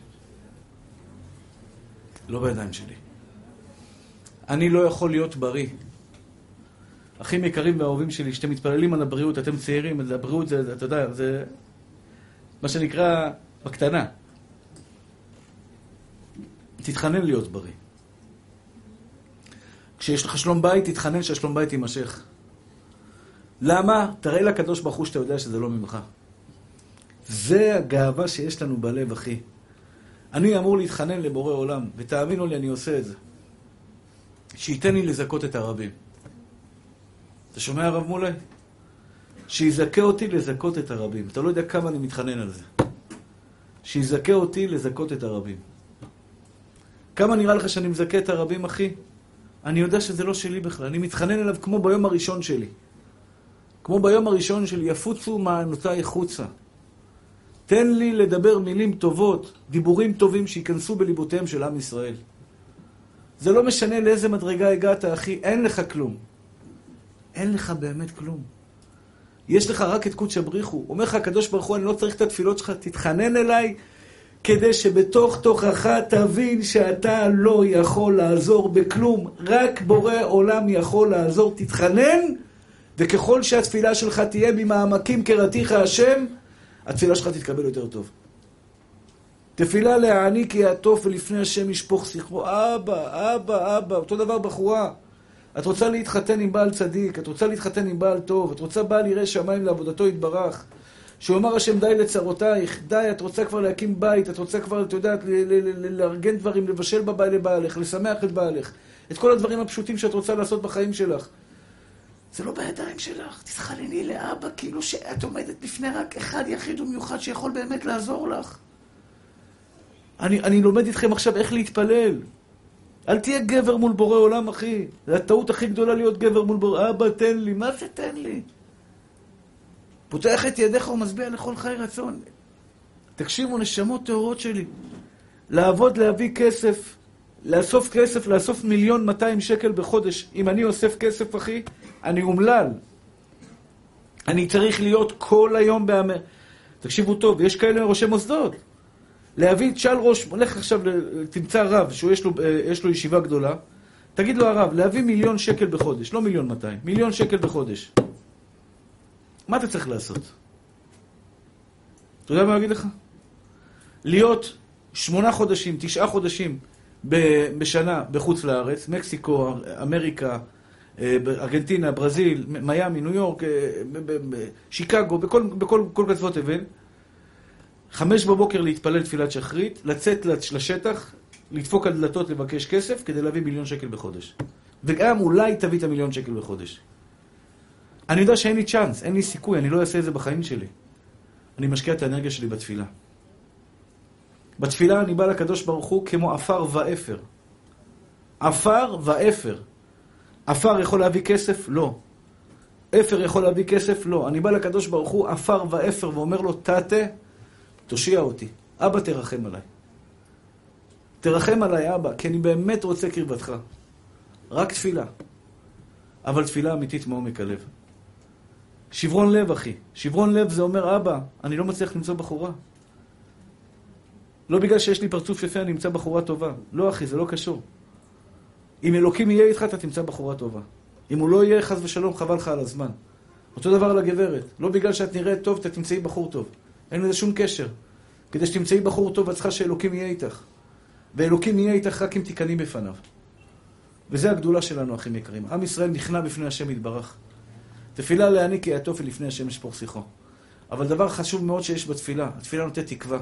לא בידיים שלי. אני לא יכול להיות בריא. אחים יקרים ואהובים שלי, שאתם מתפללים על הבריאות, אתם צעירים, הבריאות זה, אתה יודע, זה מה שנקרא בקטנה. תתחנן להיות בריא. כשיש לך שלום בית, תתחנן שהשלום בית יימשך. למה? תראה לקדוש ברוך הוא שאתה יודע שזה לא ממך. זה הגאווה שיש לנו בלב, אחי. אני אמור להתחנן לבורא עולם, ותאמינו לי, אני עושה את זה. שייתן לי לזכות את הרבים. אתה שומע, הרב מולי? שיזכה אותי לזכות את הרבים. אתה לא יודע כמה אני מתחנן על זה. שיזכה אותי לזכות את הרבים. כמה נראה לך שאני מזכה את הרבים, אחי? אני יודע שזה לא שלי בכלל. אני מתחנן אליו כמו ביום הראשון שלי. כמו ביום הראשון שלי, יפוצו מענותיי חוצה. תן לי לדבר מילים טובות, דיבורים טובים שיכנסו בליבותיהם של עם ישראל. זה לא משנה לאיזה מדרגה הגעת, אחי, אין לך כלום. אין לך באמת כלום. יש לך רק את קודש הבריחו. אומר לך הקדוש ברוך הוא, אני לא צריך את התפילות שלך, תתחנן אליי, כדי שבתוך תוכך תבין שאתה לא יכול לעזור בכלום. רק בורא עולם יכול לעזור. תתחנן, וככל שהתפילה שלך תהיה ממעמקים קראתיך השם, התפילה שלך תתקבל יותר טוב. תפילה לעני כי יעטוף ולפני השם ישפוך שיחו. אבא, אותו דבר בחורה. את רוצה להתחתן עם בעל צדיק, את רוצה להתחתן עם בעל טוב, את רוצה בעל ירא שמיים לעבודתו יתברך. שאומר השם די לצרותייך, די, את רוצה כבר להקים בית, את רוצה כבר, את יודעת, לארגן דברים, לבשל לבעלך, לשמח את בעלך. את כל הדברים הפשוטים שאת רוצה לעשות בחיים שלך. זה לא בידיים שלך, תתחנני לאבא, כאילו שאת עומדת לפני רק אחד יחיד ומיוחד שיכול באמת לעזור לך. אני לומד איתכם עכשיו איך להתפלל. אל תהיה גבר מול בורא עולם, אחי. זה הטעות הכי גדולה להיות גבר מול בורא. אבא, תן לי. מה זה תן לי? פותח את ידיך ומשביע לכל חי רצון. תקשיבו, נשמות טהורות שלי. לעבוד, להביא כסף, לאסוף כסף, לאסוף 1,200,000 שקל בחודש. אם אני אוסף כסף, אחי, אני אומלל. אני צריך להיות כל היום תקשיבו טוב, יש כאלה ראשי מוסדות. להביא, תשאל ראש, הולך עכשיו, תמצא רב שיש לו ישיבה גדולה, תגיד לו הרב, להביא 1,000,000 שקל בחודש, לא 1,200,000, 1,000,000 שקל בחודש. מה אתה צריך לעשות? אתה יודע מה אגיד לך? להיות 8 חודשים, 9 חודשים בשנה בחוץ לארץ, מקסיקו, אמריקה, ארגנטינה, ברזיל, מיאמי, ניו יורק, שיקגו, בכל קצוות תבל, 5 בבוקר להתפלל תפילת שחרית, לצאת לשטח, לדפוק על דלתות לבקש כסף, כדי להביא 1,000,000 שקל בחודש. וגם אולי תביא את 1,000,000 שקל בחודש. אני יודע שאין לי צ'אנס, אין לי סיכוי, אני לא אעשה את זה בחיים שלי. אני משקיע את האנרגיה שלי בתפילה. בתפילה אני בא לקדוש ברוך הוא כמו אפר ואפר. אפר ואפר. אפר יכול להביא כסף? לא. אפר יכול להביא כסף? לא. אני בא לקדוש ברוך הוא אפר ואפר ואומר לו, תתה, תושיע אותי. אבא תרחם עליי. תרחם עליי אבא, כי אני באמת רוצה קרבתך. רק תפילה. אבל תפילה אמיתית מעומק הלב. שברון לב, אחי. שברון לב זה אומר, אבא, אני לא מצליח למצוא בחורה. לא בגלל שיש לי פרצוף יפה, אני אמצא בחורה טובה. לא, אחי, זה לא קשור. אם אלוקים יהיה איתך, אתה תמצא בחורה טובה. אם הוא לא יהיה, חס ושלום, חבל לך על הזמן. אותו דבר לגברת. לא בגלל שאת נראית טוב, אתה תמצאי בחור טוב. אין לזה שום קשר. כדי שתמצאי בחור טוב, את צריכה שאלוקים יהיה איתך. ואלוקים יהיה איתך רק אם תיכני בפניו. וזה הגדולה שלנו, אחים יקרים. עם ישראל נכנע בפני השם יתברך. תפילה להעניק יעטוף לפני השם ישפוך שיחו. אבל דבר חשוב מאוד שיש בתפילה. התפילה נותנת תקווה.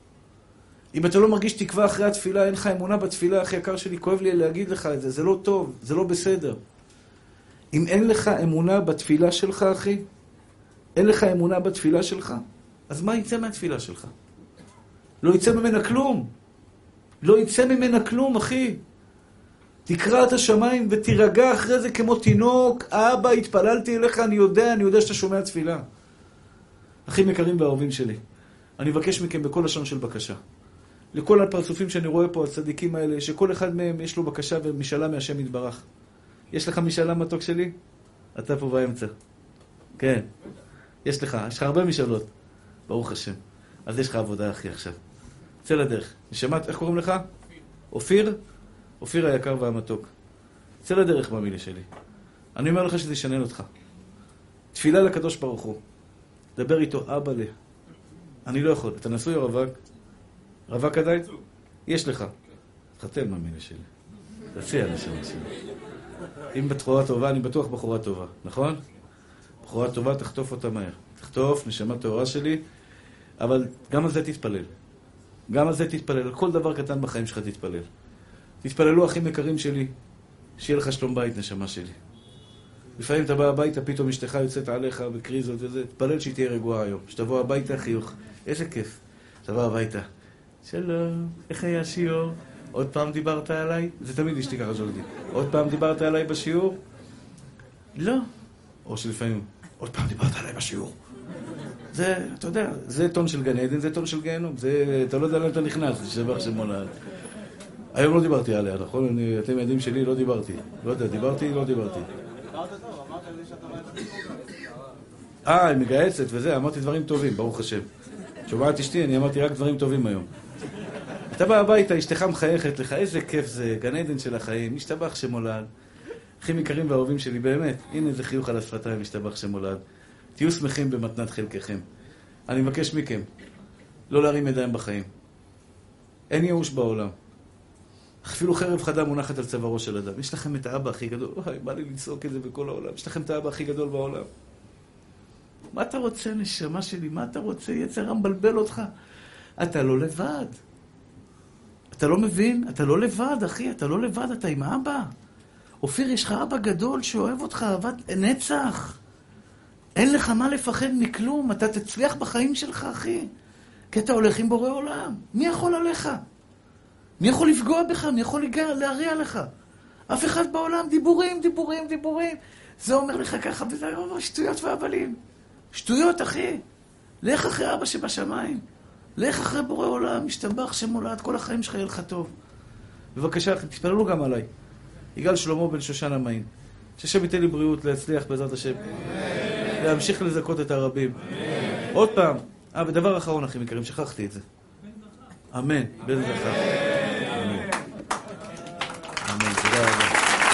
אם אתה לא מרגיש תקווה אחרי התפילה, אין לך אמונה בתפילה, אחי יקר שלי, כואב לי להגיד לך את זה. זה לא טוב, זה לא בסדר. אם אין לך אמונה בתפילה שלך, אחי, אין לך אמונה בתפילה שלך, אז מה יצא מהתפילה שלך? לא יצא ממנה כלום. לא יצא ממנה כלום, אחי. תקרא את השמיים ותירגע אחרי זה כמו תינוק. אבא, התפללתי אליך, אני יודע שאתה שומע תפילה. אחים יקרים ואהובים שלי, אני מבקש מכם בכל לשון של בקשה. לכל הפרצופים שאני רואה פה, הצדיקים האלה, שכל אחד מהם יש לו בקשה ומשאלה מהשם יתברך. יש לך משאלה מתוק שלי? אתה פה באמצע. כן. יש לך הרבה משאלות. ברוך השם. אז יש לך עבודה, אחי, עכשיו. צא לדרך. נשמעת, איך קוראים לך? אופיר? אופיר היקר והמתוק. צא לדרך במילה שלי. אני אומר לך שזה ישנן אותך. תפילה לקדוש ברוך הוא. דבר איתו, אבא לי. אני לא יכול. אתה נשוי או רווק? רווק עדיין? יש לך. תחתן במילה שלי. תציע לשם שלי. אם בחורה טובה, אני בטוח בחורה טובה. נכון? בחורה טובה, תחטוף אותה מהר. תחטוף, נשמה טהורה שלי. אבל גם על זה תתפלל. גם על זה תתפלל. על כל דבר קטן בחיים שלך תתפלל. תתפללו, אחים יקרים שלי, שיהיה לך שלום בית, נשמה שלי. לפעמים אתה בא הביתה, פתאום אשתך יוצאת עליך בקריזות וזה, תפלל שהיא תהיה רגועה היום. שתבוא הביתה, חיוך. איזה כיף. תבוא הביתה. שלום, איך היה השיעור? עוד פעם דיברת עליי? זה תמיד אשתי ככה שואלתי. עוד פעם דיברת עליי בשיעור? לא. או שלפעמים, עוד פעם דיברת עליי בשיעור. זה, אתה יודע, זה טון של גן עדן, זה טון של גיהנום. זה, אתה לא יודע לאן אתה נכנס, זה שבח שמונה. היום לא דיברתי עליה, נכון? אתם יודעים שלי, לא דיברתי. לא יודע, דיברתי, לא דיברתי. דיברת טוב, אמרת לי שאתה רואה היא מגייסת וזה, אמרתי דברים טובים, ברוך השם. שומעת אשתי, אני אמרתי רק דברים טובים היום. אתה בא הביתה, אשתך מחייכת לך, איזה כיף זה, גן עדן של החיים, משתבח שמולד. אחים יקרים ואהובים שלי, באמת, הנה איזה חיוך על השפתיים, משתבח שמולד. תהיו שמחים במתנת חלקכם. אני מבקש מכם, לא להרים ידיים בחיים. אין ייאוש בעולם. אפילו חרב חדה מונחת על צווארו של אדם. יש לכם את האבא הכי גדול. בא לי לצעוק את זה בכל העולם. יש לכם את האבא הכי גדול בעולם. מה אתה רוצה, נשמה שלי? מה אתה רוצה? יצר מבלבל אותך. אתה לא לבד. אתה לא מבין? אתה לא לבד, אחי. אתה לא לבד, אתה עם אבא. אופיר, יש לך אבא גדול שאוהב אותך אהבת נצח. אין לך מה לפחד מכלום. אתה תצליח בחיים שלך, אחי. כי אתה הולך עם בורא עולם. מי יכול עליך? מי יכול לפגוע בך? מי יכול להריע לך? אף אחד בעולם. דיבורים, דיבורים, דיבורים. זה אומר לך ככה, וזה אומר שטויות והבלים. שטויות, אחי. לך אחרי אבא שבשמיים. לך אחרי בורא עולם. משתבח שמולד. כל החיים שלך יהיה לך טוב. בבקשה, תתפללו גם עליי. יגאל שלמה בן שושן המעין. שהשם ייתן לי בריאות להצליח בעזרת השם. להמשיך לזכות את הרבים. עוד פעם. ודבר אחרון, אחים יקרים, שכחתי את זה. אמן. בן זכר. אמן. אמן. תודה רבה.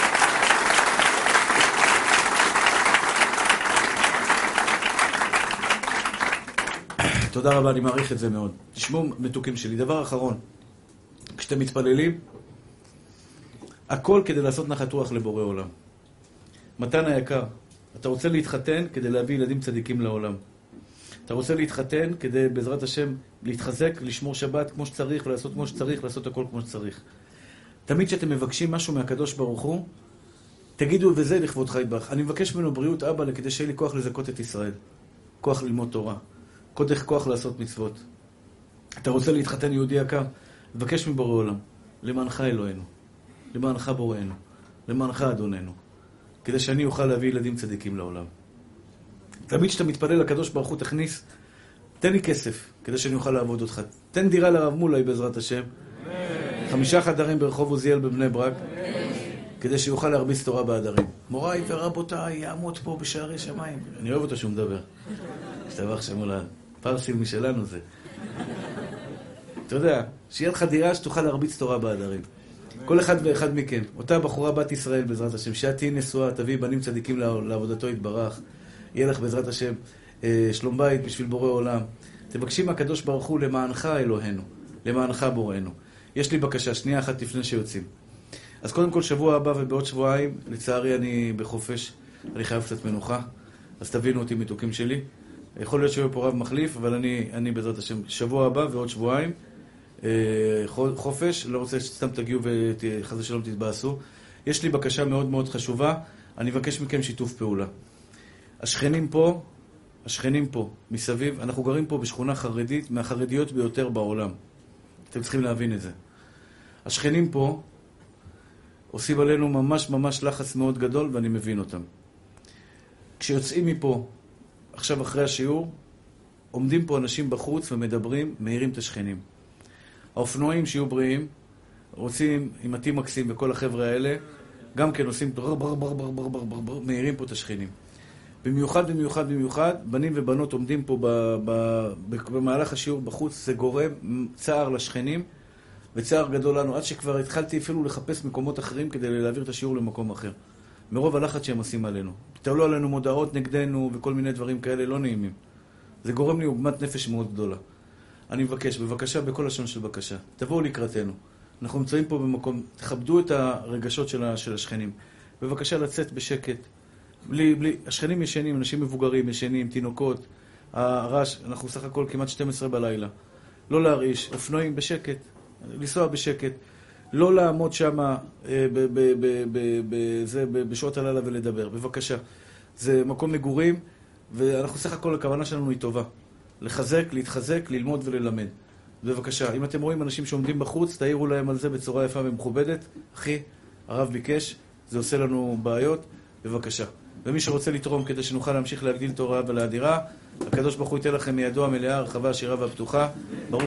תודה רבה, אני מעריך את זה מאוד. תשמעו, מתוקים שלי. דבר אחרון. כשאתם מתפללים, הכל כדי לעשות נחת רוח לבורא עולם. מתן היקר, אתה רוצה להתחתן כדי להביא ילדים צדיקים לעולם. אתה רוצה להתחתן כדי, בעזרת השם, להתחזק, לשמור שבת כמו שצריך, ולעשות כמו שצריך, לעשות הכל כמו שצריך. תמיד שאתם מבקשים משהו מהקדוש ברוך הוא, תגידו, וזה לכבודך יתברך. אני מבקש ממנו בריאות אבא, כדי שיהיה לי כוח לזכות את ישראל. כוח ללמוד תורה. כוח לעשות מצוות. אתה רוצה להתחתן יהודי יקר? מבקש מבורא עולם. למענך אלוהינו. למענך בוראנו. למענך אדוננו. כדי שאני אוכל להביא ילדים צדיקים לעולם. תמיד שאתה מתפלל לקדוש ברוך הוא תכניס, תן לי כסף, כדי שאני אוכל לעבוד אותך. תן דירה לרב מולי בעזרת השם. 5 חדרים ברחוב עוזיאל בבני ברק, כדי שיוכל להרביץ תורה בהדרים. מוריי ורבותיי, יעמוד פה בשערי שמיים. אני אוהב אותו שהוא מדבר. השתבח שמו לפרסיל משלנו זה. אתה יודע, שיהיה לך דירה שתוכל להרביץ תורה בהדרים. כל אחד ואחד מכם, אותה בחורה בת ישראל בעזרת השם, שאת תהי נשואה, תביא בנים צדיקים לעבודתו יתברך. יהיה לך בעזרת השם שלום בית בשביל בורא עולם. תבקשים מהקדוש ברוך הוא למענך אלוהינו, למענך בוראנו. יש לי בקשה, שנייה אחת לפני שיוצאים. אז קודם כל שבוע הבא ובעוד שבועיים, לצערי אני בחופש, אני חייב קצת מנוחה, אז תבינו אותי מתוקים שלי. יכול להיות שיהיה פה רב מחליף, אבל אני בעזרת השם שבוע הבא ועוד שבועיים, חופש, לא רוצה שסתם תגיעו וחזר שלום תתבאסו. יש לי בקשה מאוד מאוד חשובה, אני מבקש מכם שיתוף פעולה. השכנים פה, מסביב, אנחנו גרים פה בשכונה חרדית, מהחרדיות ביותר בעולם. אתם צריכים להבין את זה. השכנים פה עושים עלינו ממש ממש לחץ מאוד גדול, ואני מבין אותם. כשיוצאים מפה, עכשיו אחרי השיעור, עומדים פה אנשים בחוץ ומדברים, מהירים את השכנים. האופנועים שיהיו בריאים, רוצים עם עטים מקסים וכל החבר'ה האלה, גם כן עושים מהירים פה את השכנים. במיוחד, בנים ובנות עומדים פה במהלך השיעור בחוץ, זה גורם צער לשכנים וצער גדול לנו, עד שכבר התחלתי אפילו לחפש מקומות אחרים כדי להעביר את השיעור למקום אחר. מרוב הלחץ שהם עושים עלינו. תעלו עלינו מודעות נגדנו וכל מיני דברים כאלה לא נעימים. זה גורם לי עוגמת נפש מאוד גדולה. אני מבקש, בבקשה, בכל לשון של בקשה, תבואו לקראתנו. אנחנו נמצאים פה במקום, תכבדו את הרגשות של השכנים. בבקשה לצאת בשקט. השכנים ישנים, אנשים מבוגרים ישנים, תינוקות, הרעש, אנחנו סך הכל כמעט 12 בלילה. לא להרעיש, אופנועים בשקט, לנסוע בשקט, לא לעמוד שם בשעות הלילה ולדבר. בבקשה, זה מקום מגורים, ואנחנו סך הכל הכוונה שלנו היא טובה. לחזק, להתחזק, ללמוד וללמד. בבקשה, אם אתם רואים אנשים שעומדים בחוץ, תעירו להם על זה בצורה יפה ומכובדת. אחי, הרב ביקש, זה עושה לנו בעיות. בבקשה. ומי שרוצה לתרום כדי שנוכל להמשיך להגדיל תורה ולהדירה, הקדוש ברוך הוא ייתן לכם מידו המלאה, הרחבה, השירה והפתוחה.